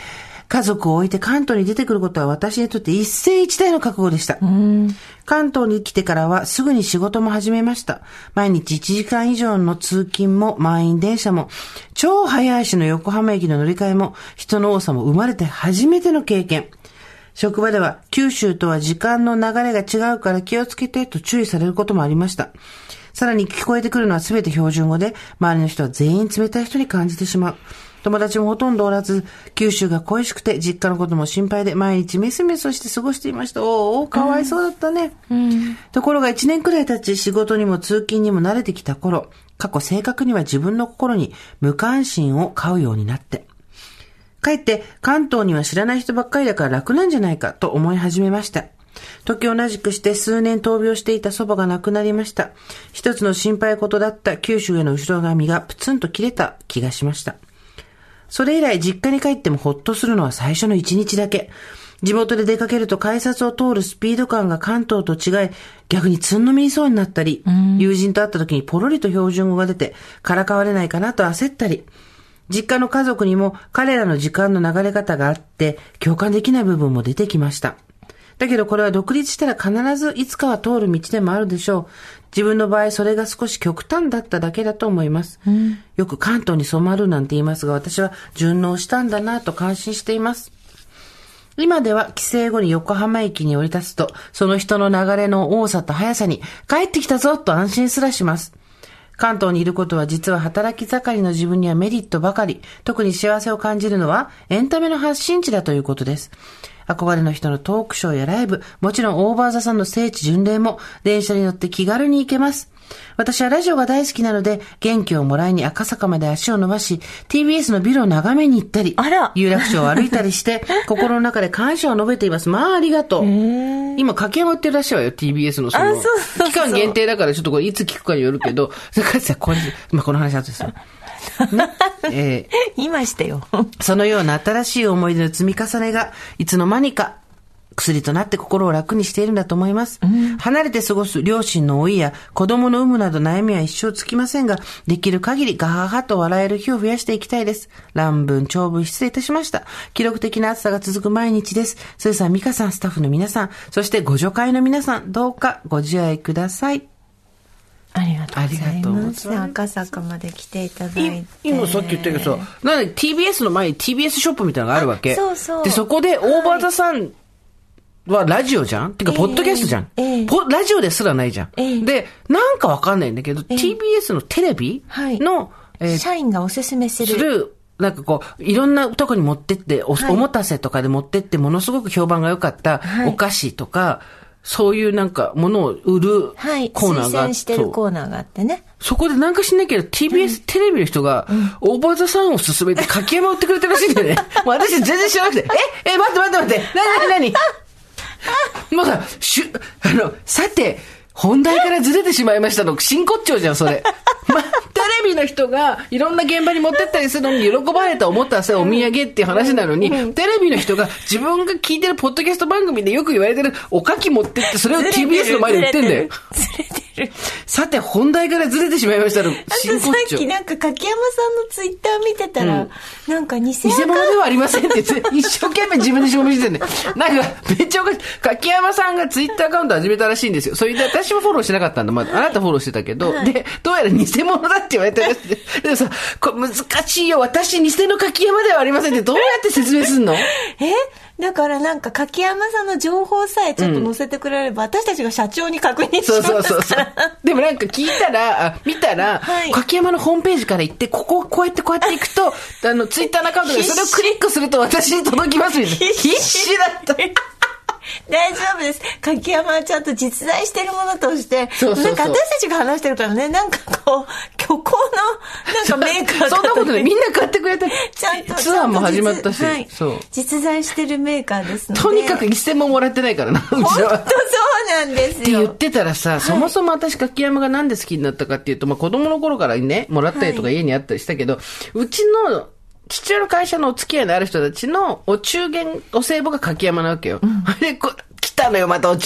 家族を置いて関東に出てくることは私にとって一世一代の覚悟でした。関東に来てからはすぐに仕事も始めました。毎日1時間以上の通勤も満員電車も超早足の横浜駅の乗り換えも人の多さも生まれて初めての経験。職場では九州とは時間の流れが違うから気をつけてと注意されることもありました。さらに聞こえてくるのは全て標準語で、周りの人は全員冷たい人に感じてしまう。友達もほとんどおらず、九州が恋しくて実家のことも心配で毎日メソメソして過ごしていました。かわいそうだったね。ところが1年くらい経ち、仕事にも通勤にも慣れてきた頃、過去正確には自分の心に無関心を飼うようになって、かえって関東には知らない人ばっかりだから楽なんじゃないかと思い始めました。時を同じくして数年闘病していた祖母が亡くなりました。一つの心配事だった九州への後ろ髪がプツンと切れた気がしました。それ以来実家に帰ってもほっとするのは最初の1日だけ。地元で出かけると改札を通るスピード感が関東と違い、逆につんのめりそうになったり、友人と会った時にポロリと標準語が出てからかわれないかなと焦ったり、実家の家族にも彼らの時間の流れ方があって共感できない部分も出てきました。だけどこれは独立したら必ずいつかは通る道でもあるでしょう。自分の場合それが少し極端だっただけだと思います。よく関東に染まるなんて言いますが、私は順応したんだなと感心しています。今では帰省後に横浜駅に降り立つと、その人の流れの多さと速さに帰ってきたぞと安心すらします。関東にいることは実は働き盛りの自分にはメリットばかり、特に幸せを感じるのはエンタメの発信地だということです。憧れの人のトークショーやライブ、もちろんオーバーザさんの聖地巡礼も電車に乗って気軽に行けます。私はラジオが大好きなので元気をもらいに赤坂まで足を伸ばし TBS のビルを眺めに行ったり有楽町を歩いたりして心の中で感謝を述べています。まあありがとう。今掛け合ってるらしいわよ TBS のその期間限定だからちょっとこれいつ聞くかによるけどそれからさこの話あとですよ言いましたよ。 そのような新しい思い出の積み重ねがいつの間にか薬となって心を楽にしているんだと思います。離れて過ごす両親の老いや子供の有無など悩みは一生つきませんが、できる限りガハハと笑える日を増やしていきたいです。乱文長文失礼いたしました。記録的な暑さが続く毎日です。スーさん、ミカさん、スタッフの皆さん、そしてご助会の皆さん、どうかご自愛ください。 ありがとうございます。赤坂まで来ていただいて。 今さっき言ったけどさ、なんで TBS の前に TBS ショップみたいなのがあるわけ。 そうそう。 で、そこでオーバーザさんはラジオじゃん、てか、ポッドキャストじゃん、ラジオですらないじゃん。で、なんかわかんないんだけど、TBS のテレビの、 社員がおすすめする。 なんかこう、いろんなとこに持ってって、おもたせとかで持ってって、ものすごく評判が良かったお菓子とか、そういうなんかものを売るコーナーがあって、 推薦してるコーナーがあってね。 そこでなんか知んないけど TBS テレビの人がオーバーザさんを勧めて柿山売ってくれてるらしいんだよね。もう私全然知らなくて、待って。何もうさ、さて、本題からずれてしまいましたの、真骨頂じゃん、それ。テレビの人がいろんな現場に持ってったりするのに喜ばれた思ったさ、お土産っていう話なのに、テレビの人が自分が聞いてるポッドキャスト番組でよく言われてるおかき持ってって、それを TBS の前で売ってんだよ。 ずれてる。 さて、本題からずれてしまいましたの、真骨頂。 さっきなんか柿山さんのツイッター見てたら、なんか偽物ではありませんって一生懸命自分で証明してるんだよ。なんか、めっちゃおかしい。柿山さんがツイッターアカウント始めたらしいんですよ。それで私もフォローしてなかったんだ。まだあなたフォローしてたけど、で、どうやら偽物だって言われてるらしい。でもさ、これ難しいよ。私偽の柿山ではありませんってどうやって説明すんの？ だからなんか柿山さんの情報さえちょっと載せてくれれば、私たちが社長に確認しますから。 でもなんか聞いたら、見たら、柿山のホームページから行って、こうやって行くと、ツイッターのアカウントでそれをクリックすると私に届きますみたいな。必死だった。 大丈夫です。柿山はちゃんと実在してるものとして、なんか私たちが話してるからね、なんかこう、虚構の、なんかメーカーそんなことない。みんな買ってくれて、 ちゃんとツアーも始まったし、 実在してるメーカーですので。 とにかく一銭ももらってないからな、うちは。 本当そうなんですよ。 って言ってたらさ、そもそも私柿山がなんで好きになったかっていうと、子供の頃からね、もらったりとか家にあったりしたけど、うちの、父親の会社のお付き合いのある人たちのお中元、お歳暮が柿山なわけよ。あれ、来たのよ、またお中元。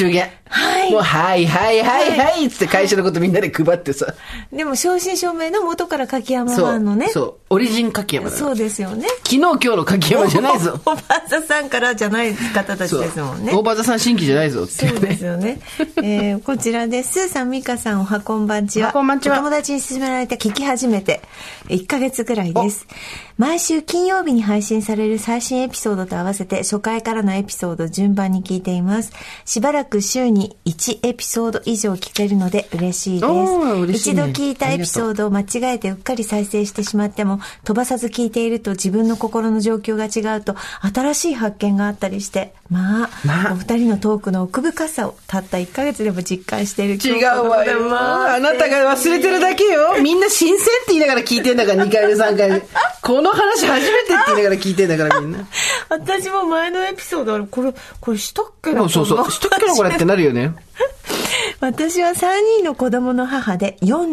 はい。 もう、はいつって会社のことみんなで配ってさ。 でも、正真正銘の元から柿山ファンのね。 そう。オリジン柿山だ。 そうですよね。 昨日今日の柿山じゃないぞ。 おばあざさんからじゃない方たちですもんね。 おばあざさん新規じゃないぞっていうね。 そうですよね。こちらで、スーさん、ミカさん、おはこんばんちは。 こんばんちは。 お友達に勧められて聞き始めて、1ヶ月ぐらいです。毎週金曜日に配信される最新エピソードと合わせて、初回からのエピソードを順番に聞いています。しばらく週に1エピソード以上聞けるので嬉しいです。一度聞いたエピソードを間違えてうっかり再生してしまっても、飛ばさず聞いていると自分の心の状況が違うと、新しい発見があったりして、お二人のトークの奥深さをたった1ヶ月でも実感している。 違うわよ。あなたが忘れてるだけよ。みんな新鮮って言いながら聞いてんだから2回目3回目。この話初めてって言いながら聞いてんだからみんな。 私も前のエピソードある。これしたっけな。 そう。したっけなこれってなるよね。 私は3人の子供の母で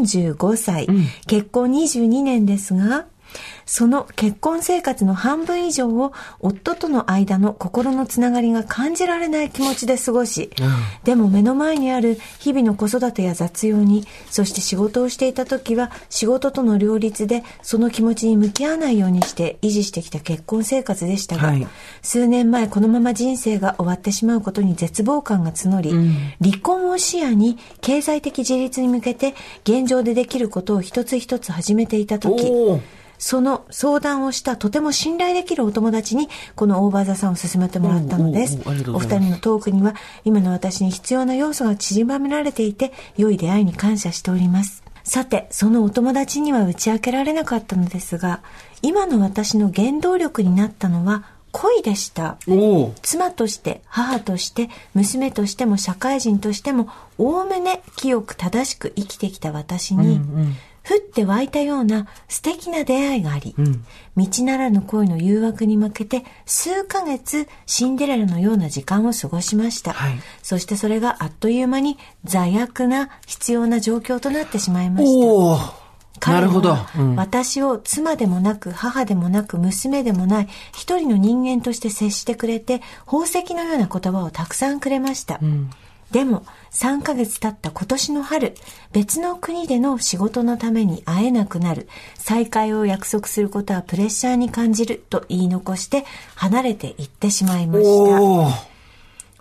45歳、結婚22年ですが、その結婚生活の半分以上を夫との間の心のつながりが感じられない気持ちで過ごし、でも目の前にある日々の子育てや雑用に、そして仕事をしていた時は仕事との両立でその気持ちに向き合わないようにして維持してきた結婚生活でしたが、数年前このまま人生が終わってしまうことに絶望感が募り、離婚を視野に経済的自立に向けて現状でできることを一つ一つ始めていた時、その相談をしたとても信頼できるお友達にこのオーバーザさんを勧めてもらったのです。お二人のトークには今の私に必要な要素が散りばめられていて、良い出会いに感謝しております。さて、そのお友達には打ち明けられなかったのですが、今の私の原動力になったのは恋でした。妻として母として娘としても社会人としてもおおむね清く正しく生きてきた私に、降って湧いたような素敵な出会いがあり、道ならぬ恋の誘惑に負けて数ヶ月シンデレラのような時間を過ごしました。そしてそれがあっという間に罪悪な必要な状況となってしまいました。なるほど。私を妻でもなく母でもなく娘でもない一人の人間として接してくれて、宝石のような言葉をたくさんくれました。でも3ヶ月経った今年の春、別の国での仕事のために会えなくなる、再会を約束することはプレッシャーに感じると言い残して離れていってしまいました。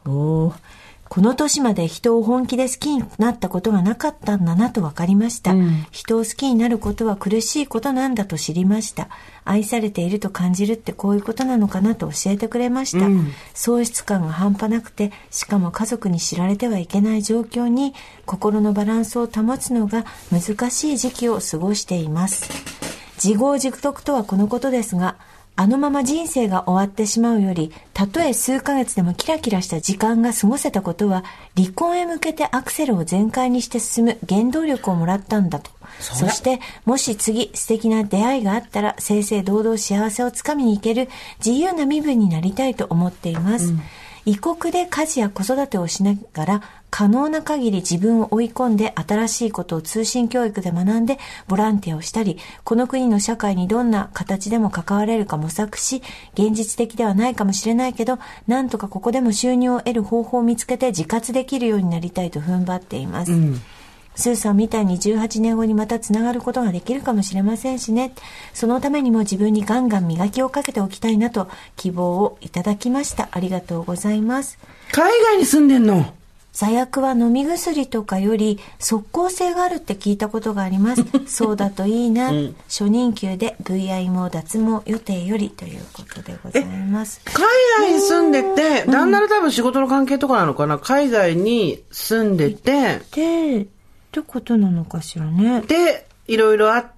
この年まで人を本気で好きになったことがなかったんだなと分かりました。人を好きになることは苦しいことなんだと知りました。愛されていると感じるってこういうことなのかなと教えてくれました。喪失感が半端なくて、しかも家族に知られてはいけない状況に心のバランスを保つのが難しい時期を過ごしています。自業自得とはこのことですが、あのまま人生が終わってしまうより、たとえ数ヶ月でもキラキラした時間が過ごせたことは、離婚へ向けてアクセルを全開にして進む原動力をもらったんだと。そして、もし次素敵な出会いがあったら、正々堂々幸せをつかみに行ける自由な身分になりたいと思っています。異国で家事や子育てをしながら、可能な限り自分を追い込んで新しいことを通信教育で学んでボランティアをしたり、この国の社会にどんな形でも関われるか模索し、現実的ではないかもしれないけど、なんとかここでも収入を得る方法を見つけて自活できるようになりたいと踏ん張っています。スーさんみたいに18年後にまたつながることができるかもしれませんしね。そのためにも自分にガンガン磨きをかけておきたいなと希望をいただきました。ありがとうございます。 海外に住んでんの？ 座薬は飲み薬とかより即効性があるって聞いたことがあります。そうだといいな。初任給で VI も脱毛予定よりということでございます。 海外に住んでて、旦那の多分仕事の関係とかなのかな。海外に住んでて、 ってことなのかしらね。 で、いろいろあって、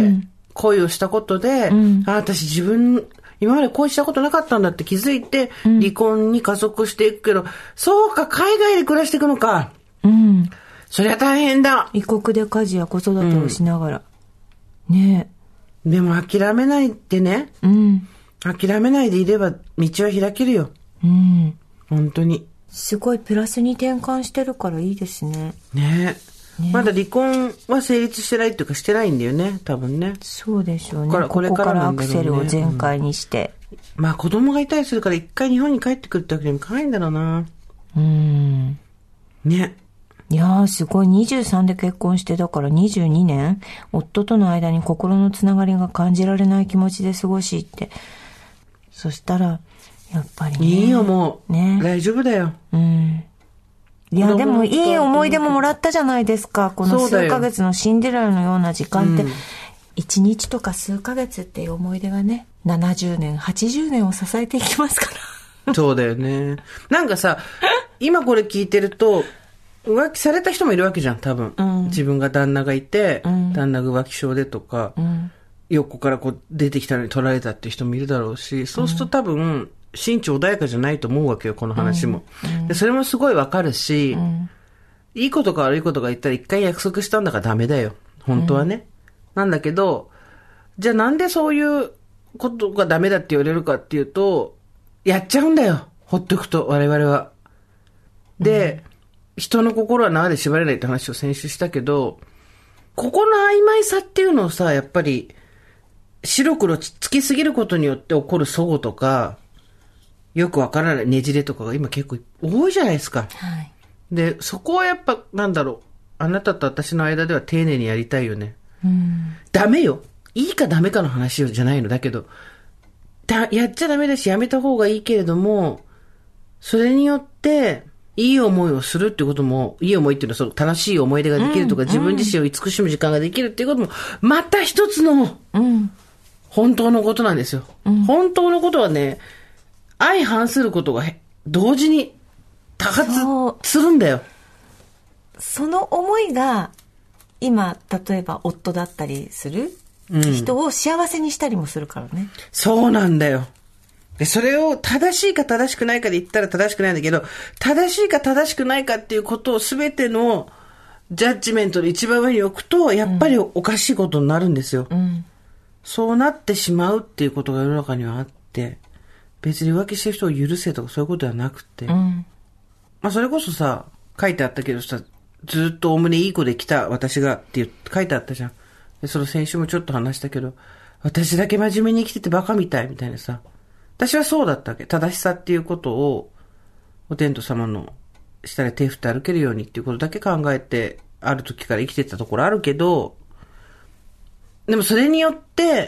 恋をしたことで、私自分、今まで恋したことなかったんだって気づいて、離婚に加速していくけど、そうか、海外で暮らしていくのか。そりゃ大変だ。 異国で家事や子育てをしながら。ねえ。でも諦めないでね。諦めないでいれば道は開けるよ。本当に。 すごいプラスに転換してるからいいですね。 ねえ。まだ離婚は成立してないっていうかしてないんだよね、多分ね。 そうでしょうね。ここからアクセルを全開にして。 まあ子供がいたりするから一回日本に帰ってくるってわけにもいかないんだろうな。 ね。 いやー、すごい。23で結婚して、だから22年、夫との間に心のつながりが感じられない気持ちで過ごしって。そしたら、やっぱりね。 いいよ、もう。 ね。 大丈夫だよ。 うん。いや、でもいい思い出ももらったじゃないですか。この数ヶ月のシンデレラのような時間って、1日とか数ヶ月っていう思い出がね、70年、80年を支えていきますから。 そうだよね。なんかさ、今これ聞いてると、浮気された人もいるわけじゃん、多分。自分が旦那がいて、旦那が浮気症でとか、横からこう出てきたのに取られたっていう人もいるだろうし、そうすると多分、心地穏やかじゃないと思うわけよ、この話も。でそれもすごいわかるし、いいことか悪いことが言ったら一回約束したんだからダメだよ。本当はね。なんだけど、じゃあなんでそういうことがダメだって言われるかっていうと、やっちゃうんだよ。ほっとくと、我々は。で、人の心は縄で縛れないって話を先週したけど、ここの曖昧さっていうのをさ、やっぱり、白黒つきすぎることによって起こる齟齬とか、よくわからないねじれとかが今結構多いじゃないですか。 はい。 で、そこはやっぱ、なんだろう、あなたと私の間では丁寧にやりたいよね。ダメよ。いいかダメかの話じゃないの。だけど、やっちゃダメだし、やめた方がいいけれども、それによって、いい思いをするっていうことも、いい思いっていうのはその楽しい思い出ができるとか、自分自身を慈しむ時間ができるっていうことも、また一つの、本当のことなんですよ。本当のことはね、相反することが同時に多発するんだよ。 その思いが、今、例えば夫だったりする、人を幸せにしたりもするからね。 そうなんだよ。で、それを正しいか正しくないかで言ったら正しくないんだけど、正しいか正しくないかっていうことを全てのジャッジメントで一番上に置くと、やっぱりおかしいことになるんですよ。そうなってしまうっていうことが世の中にはあって、別に浮気してる人を許せとかそういうことではなくて、まあそれこそさ、書いてあったけどさ、ずっとおおむねいい子で来た私がって書いてあったじゃん。で、その先週もちょっと話したけど、私だけ真面目に生きててバカみたいみたいなさ、私はそうだったわけ。正しさっていうことを、お天道様の下で手振って歩けるようにっていうことだけ考えて、ある時から生きてたところあるけど、でもそれによって、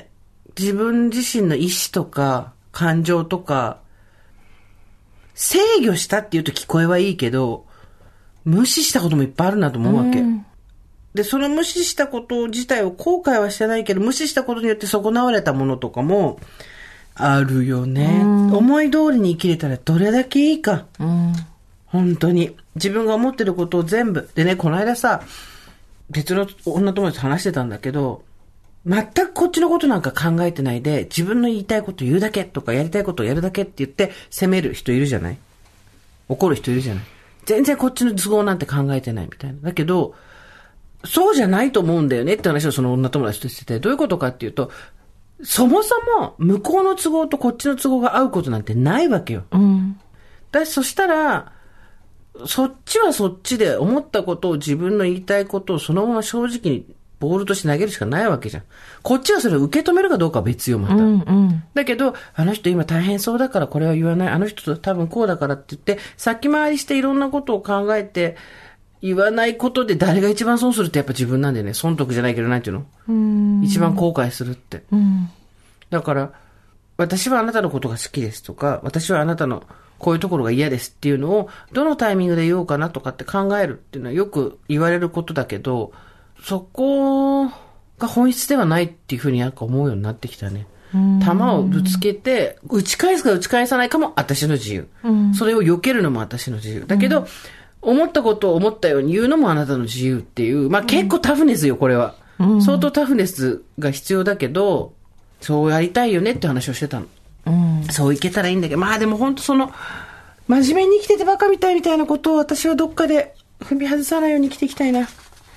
自分自身の意志とか、感情とか、制御したっていうと聞こえはいいけど、無視したこともいっぱいあるなと思うわけ。で、その無視したこと自体を後悔はしてないけど、無視したことによって損なわれたものとかも、あるよね。思い通りに生きれたらどれだけいいか。本当に。自分が思ってることを全部。でね、この間さ、別の女友達と話してたんだけど、全くこっちのことなんか考えてないで、自分の言いたいこと言うだけとか、やりたいことをやるだけって言って責める人いるじゃない？怒る人いるじゃない？全然こっちの都合なんて考えてないみたいな。だけど、そうじゃないと思うんだよねって話をその女友達としてて、どういうことかっていうと、そもそも向こうの都合とこっちの都合が合うことなんてないわけよ。そしたら、そっちはそっちで思ったことを自分の言いたいことをそのまま正直にボールとして投げるしかないわけじゃん。こっちはそれを受け止めるかどうかは別よ、また。だけど、あの人今大変そうだからこれは言わない。あの人と多分こうだからって言って、先回りしていろんなことを考えて、言わないことで誰が一番損するってやっぱ自分なんだよね。損得じゃないけど、なんていうの？一番後悔するって。だから、私はあなたのことが好きですとか、私はあなたのこういうところが嫌ですっていうのを、どのタイミングで言おうかなとかって考えるっていうのはよく言われることだけど、そこが本質ではないっていうふうになんか思うようになってきたね。球をぶつけて、打ち返すか打ち返さないかも私の自由。それを避けるのも私の自由。だけど、思ったことを思ったように言うのもあなたの自由っていう、まあ結構タフネスよ、これは。相当タフネスが必要だけど、そうやりたいよねって話をしてたの。そういけたらいいんだけど、まあでも本当その、真面目に生きててバカみたいなことを私はどっかで踏み外さないように生きていきたいな。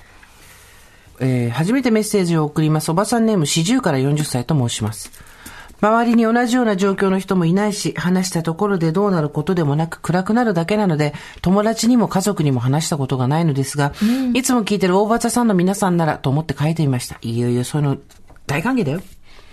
初めてメッセージを送ります。おばさんネーム40から40歳と申します。周りに同じような状況の人もいないし、話したところでどうなることでもなく暗くなるだけなので、友達にも家族にも話したことがないのですが、いつも聞いてる大場さんの皆さんならと思って書いてみました。いよいよそういうの大歓迎だよ。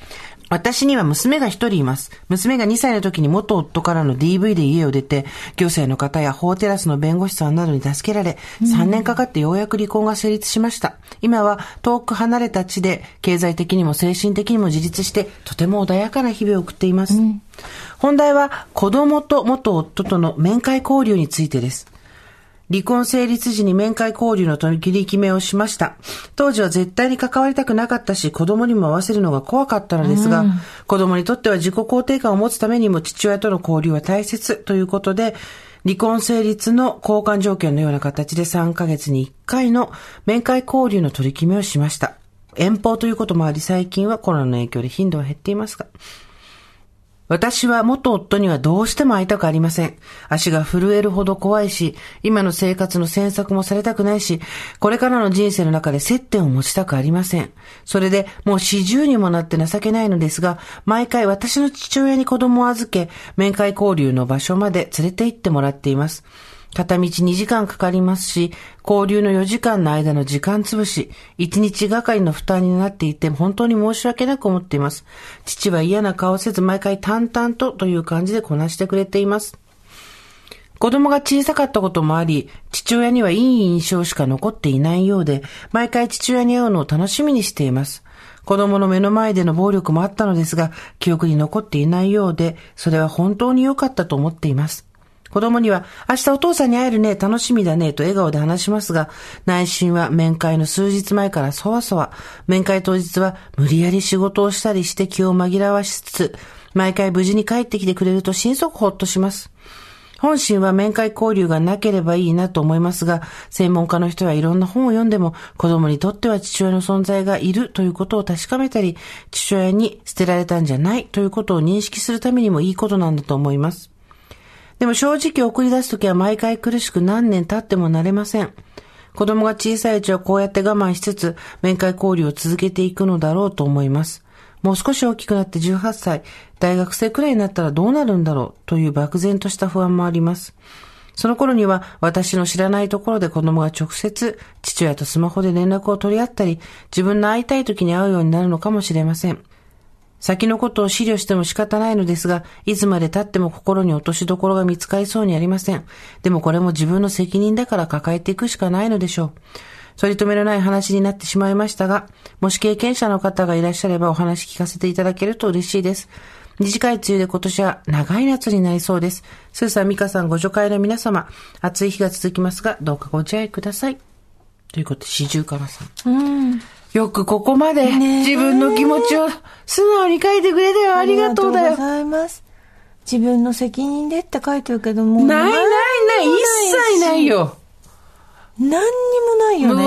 私には娘が一人います。娘が2歳の時に元夫からの DV で家を出て、行政の方や法テラスの弁護士さんなどに助けられ、3年かかってようやく離婚が成立しました。今は遠く離れた地で、経済的にも精神的にも自立して、とても穏やかな日々を送っています。本題は、子供と元夫との面会交流についてです。離婚成立時に面会交流の取り決めをしました。当時は絶対に関わりたくなかったし、子供にも会わせるのが怖かったのですが、子供にとっては自己肯定感を持つためにも父親との交流は大切ということで、離婚成立の交換条件のような形で3ヶ月に1回の面会交流の取り決めをしました。遠方ということもあり、最近はコロナの影響で頻度は減っていますが、私は元夫にはどうしても会いたくありません。足が震えるほど怖いし、今の生活の詮索もされたくないし、これからの人生の中で接点を持ちたくありません。それでもう40にもなって情けないのですが、毎回私の父親に子供を預け、面会交流の場所まで連れて行ってもらっています。片道2時間かかりますし、交流の4時間の間の時間潰し、1日がかりの負担になっていて本当に申し訳なく思っています。父は嫌な顔せず毎回淡々という感じでこなしてくれています。子供が小さかったこともあり、父親にはいい印象しか残っていないようで、毎回父親に会うのを楽しみにしています。子供の目の前での暴力もあったのですが、記憶に残っていないようで、それは本当に良かったと思っています。子供には、明日お父さんに会えるね、楽しみだね、と笑顔で話しますが、内心は面会の数日前からそわそわ、面会当日は無理やり仕事をしたりして気を紛らわしつつ、毎回無事に帰ってきてくれると心底ほっとします。本心は面会交流がなければいいなと思いますが、専門家の人はいろんな本を読んでも、子供にとっては父親の存在がいるということを確かめたり、父親に捨てられたんじゃないということを認識するためにもいいことなんだと思います。でも正直送り出すときは毎回苦しく何年経っても慣れません。子供が小さいうちはこうやって我慢しつつ面会交流を続けていくのだろうと思います。もう少し大きくなって18歳、大学生くらいになったらどうなるんだろうという漠然とした不安もあります。その頃には私の知らないところで子供が直接父親とスマホで連絡を取り合ったり、自分の会いたい時に会うようになるのかもしれません。先のことを思慮しても仕方ないのですが、いつまで経っても心に落としどころが見つかりそうにありません。でもこれも自分の責任だから抱えていくしかないのでしょう。取り留めのない話になってしまいましたが、もし経験者の方がいらっしゃればお話聞かせていただけると嬉しいです。短い梅雨で今年は長い夏になりそうです。スーさん、ミカさん、ご助会の皆様、暑い日が続きますが、どうかご自愛ください。ということで、四十からさん。よくここまで自分の気持ちを素直に書いてくれたよ。ありがとうだよ。 ありがとうございます。自分の責任でって書いてるけども。 ない、一切ないよ。 何にもないよね。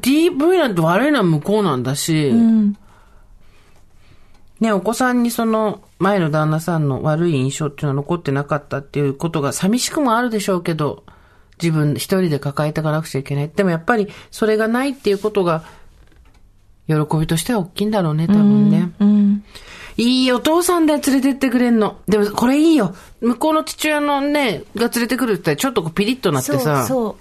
DV なんて悪いのは向こうなんだし、ね、お子さんにその前の旦那さんの悪い印象っていうのは残ってなかったっていうことが寂しくもあるでしょうけど、自分一人で抱えていかなくちゃいけない。でもやっぱりそれがないっていうことが喜びとしては大きいんだろうね、多分ね。いいお父さんで連れてってくれんの。でもこれいいよ。向こうの父親のね、が連れてくるってちょっとピリッとなってさ。そう。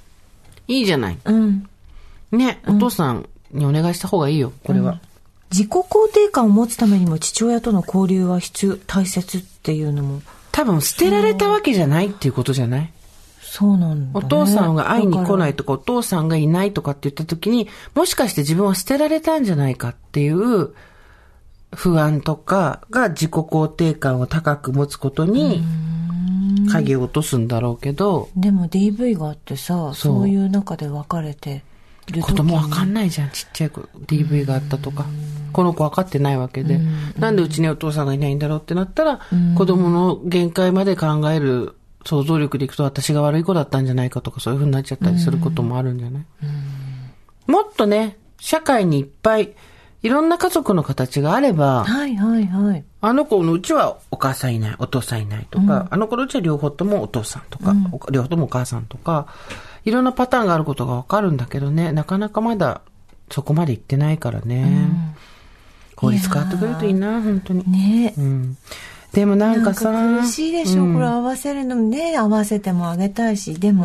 いいじゃない。ね、お父さんにお願いした方がいいよ、これは。 自己肯定感を持つためにも父親との交流は大切っていうのも。 多分捨てられたわけじゃないっていうことじゃない？ そうなんだ、ね。 お父さんが会いに来ないとか、お父さんがいないとかって言った時に、もしかして自分は捨てられたんじゃないかっていう不安とかが自己肯定感を高く持つことに影を落とすんだろうけど。 でも DV があってさ、そういう中で別れている時に。子供わかんないじゃん、ちっちゃい子。DV があったとか。この子分かってないわけで。なんでうちにお父さんがいないんだろうってなったら、子供の限界まで考える想像力でいくと私が悪い子だったんじゃないかとかそういう風になっちゃったりすることもあるんじゃない？もっとね、社会にいっぱいいろんな家族の形があれば、あの子のうちはお母さんいない、お父さんいないとか、あの子のうちは両方ともお父さんとか、両方ともお母さんとか、いろんなパターンがあることがわかるんだけどね、なかなかまだそこまで行ってないからね。法律変わってくれるといいな、本当に。ね。でもなんかさ、苦しいでしょ、これ合わせるのね、合わせてもあげたいし、でも。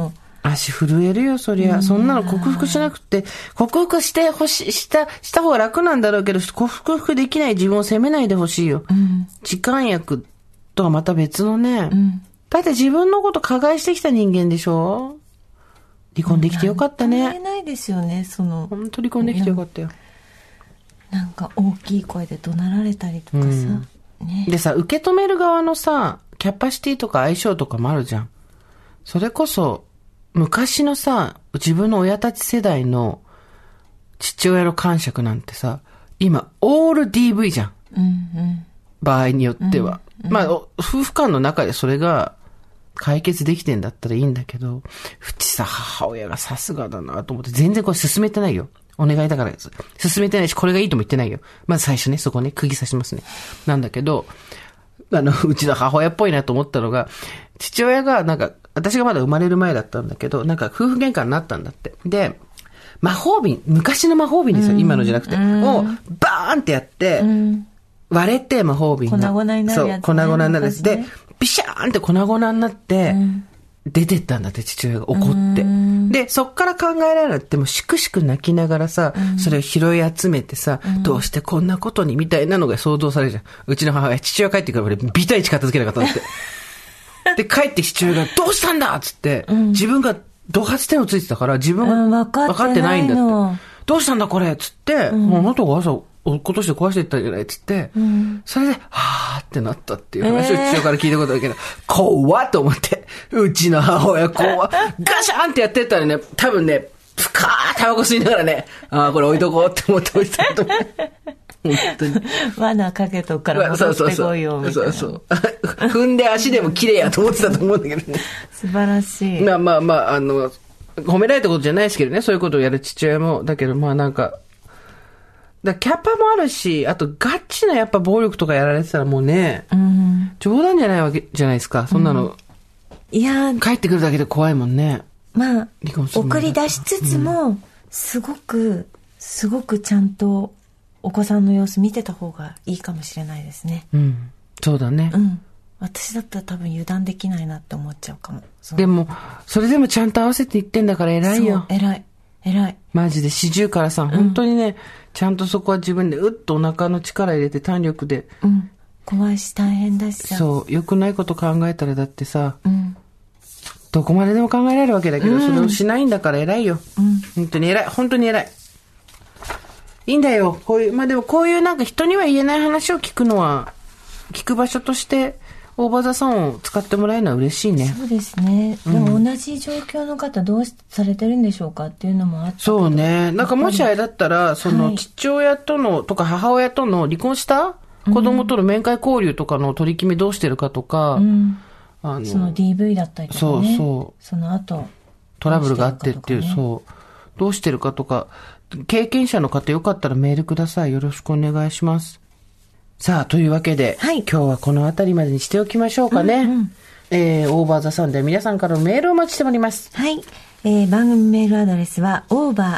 足震えるよ、そりゃ。そんなの克服しなくて、克服してした方が楽なんだろうけど、克服できない自分を責めないでほしいよ。時間薬とはまた別のね。だって自分のこと加害してきた人間でしょ。離婚できてよかったね。 言えないですよね、 本当離婚できてよかったよ。 なんか大きい声で怒鳴られたりとかさ。ね。 でさ、受け止める側のさ、キャパシティとか相性とかもあるじゃん。それこそ、昔のさ、自分の親たち世代の父親の感触なんてさ、今、オール DV じゃん。場合によっては。まあ、夫婦間の中でそれが解決できてんだったらいいんだけど、うちさ、母親がさすがだなと思って、全然これ進めてないよ。お願いだからです。進めてないし、これがいいとも言ってないよ。まず最初ね、そこね、釘刺しますね。なんだけど、うちの母親っぽいなと思ったのが、父親がなんか、私がまだ生まれる前だったんだけど、なんか夫婦喧嘩になったんだって。で、魔法瓶、昔の魔法瓶ですよ、今のじゃなくて。を、バーンってやって、割れて魔法瓶が。 粉々になるやつ、ね。 そう、粉々になるやつ。で、ピシャーンって粉々になって、出てったんだって、父親が怒って。で、そっから考えられなくても、しくしく泣きながらさ、それを拾い集めてさ、どうしてこんなことにみたいなのが想像されるじゃん。うちの母親、父親帰ってくるから、ビタイチ片付けなかったんだって。で、帰って父親が、どうしたんだっつって、自分がド発点をついてたから、自分が分かってないんだって。どうしたんだこれっつって、もうあなたが朝、落っことして壊していったんじゃないっつって、それで、はーってなったっていう話を父親から聞いたことだけど、怖っと思って、うちの母親怖っ。ガシャンってやってったらね、多分ね、ぷかータバコ吸いながらね、ああ、これ置いとこうって思って置いてたと思う。本当に。 罠かけとくから戻ってこいよ、みたいな。 そう。踏んで足でも綺麗やと思ってたと思うんだけどね。 素晴らしい。 まあ、褒められたことじゃないですけどね、そういうことをやる父親も。だけど、まあなんか、キャパもあるし、あとガチなやっぱ暴力とかやられてたらもうね、冗談じゃないわけじゃないですか、そんなの。いや帰ってくるだけで怖いもんね。 まあ、送り出しつつも、すごくちゃんとお子さんの様子見てた方がいいかもしれないですね。 そうだね。 私だったら多分油断できないなって思っちゃうかも。 でも、それでもちゃんと合わせていってんだから偉いよ。 偉い。 マジで40からさ、本当にね、ちゃんとそこは自分でうっとお腹の力入れて胆力で。 怖いし大変だしさ。 そう、良くないこと考えたらだってさ、どこまででも考えられるわけだけど、それをしないんだから偉いよ。本当に偉い。本当に偉い。いいんだよ。こういう、まあでもこういうなんか人には言えない話を聞くのは、聞く場所として、オーバーザさんを使ってもらえるのは嬉しいね。 そうですね。でも同じ状況の方どうされてるんでしょうかっていうのもあったけど。 そうね。なんかもしあれだったら、その父親との、とか母親との離婚した子供との面会交流とかの取り決めどうしてるかとか、 その DV だったりとかね。その後。 トラブルがあってっていう、どうしてるかとか、経験者の方よかったらメールください。よろしくお願いします。さあ、というわけで、今日はこのあたりまでにしておきましょうかね。オーバーザさんで皆さんからのメールをお待ちしております。 はい。番組メールアドレスは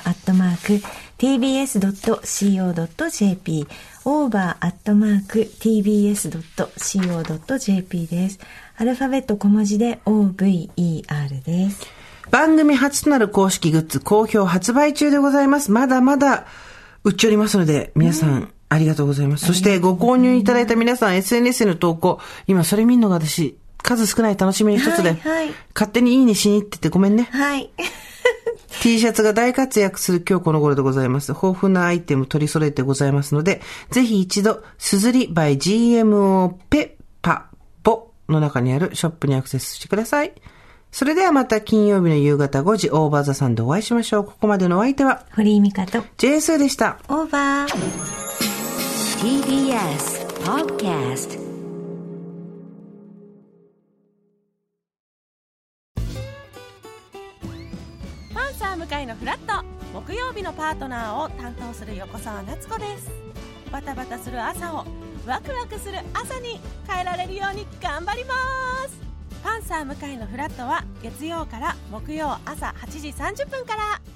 over@tbs.co.jp over@tbs.co.jp です。アルファベット小文字で OVER です。 番組初となる公式グッズ好評発売中でございます。まだまだ売っておりますので、皆さん、ありがとうございます。そしてご購入いただいた皆さん SNS への投稿、今それ見るのが私、数少ない楽しみの一つで、勝手にいいねしに行っててごめんね。T シャツが大活躍する今日この頃でございます。豊富なアイテム取り揃えてございますので、ぜひ一度、すずり by GMO ペパボの中にあるショップにアクセスしてください。それではまた金曜日の夕方5時、オーバーザさんでお会いしましょう。ここまでのお相手は、 堀井美香と JS でした。 オーバー。 TBS Podcast。 パンサー向井のフラット、木曜日のパートナーを担当する横澤夏子です。バタバタする朝をワクワクする朝に変えられるように頑張ります。パンサー向井のフラットは月曜から木曜朝8時30分から。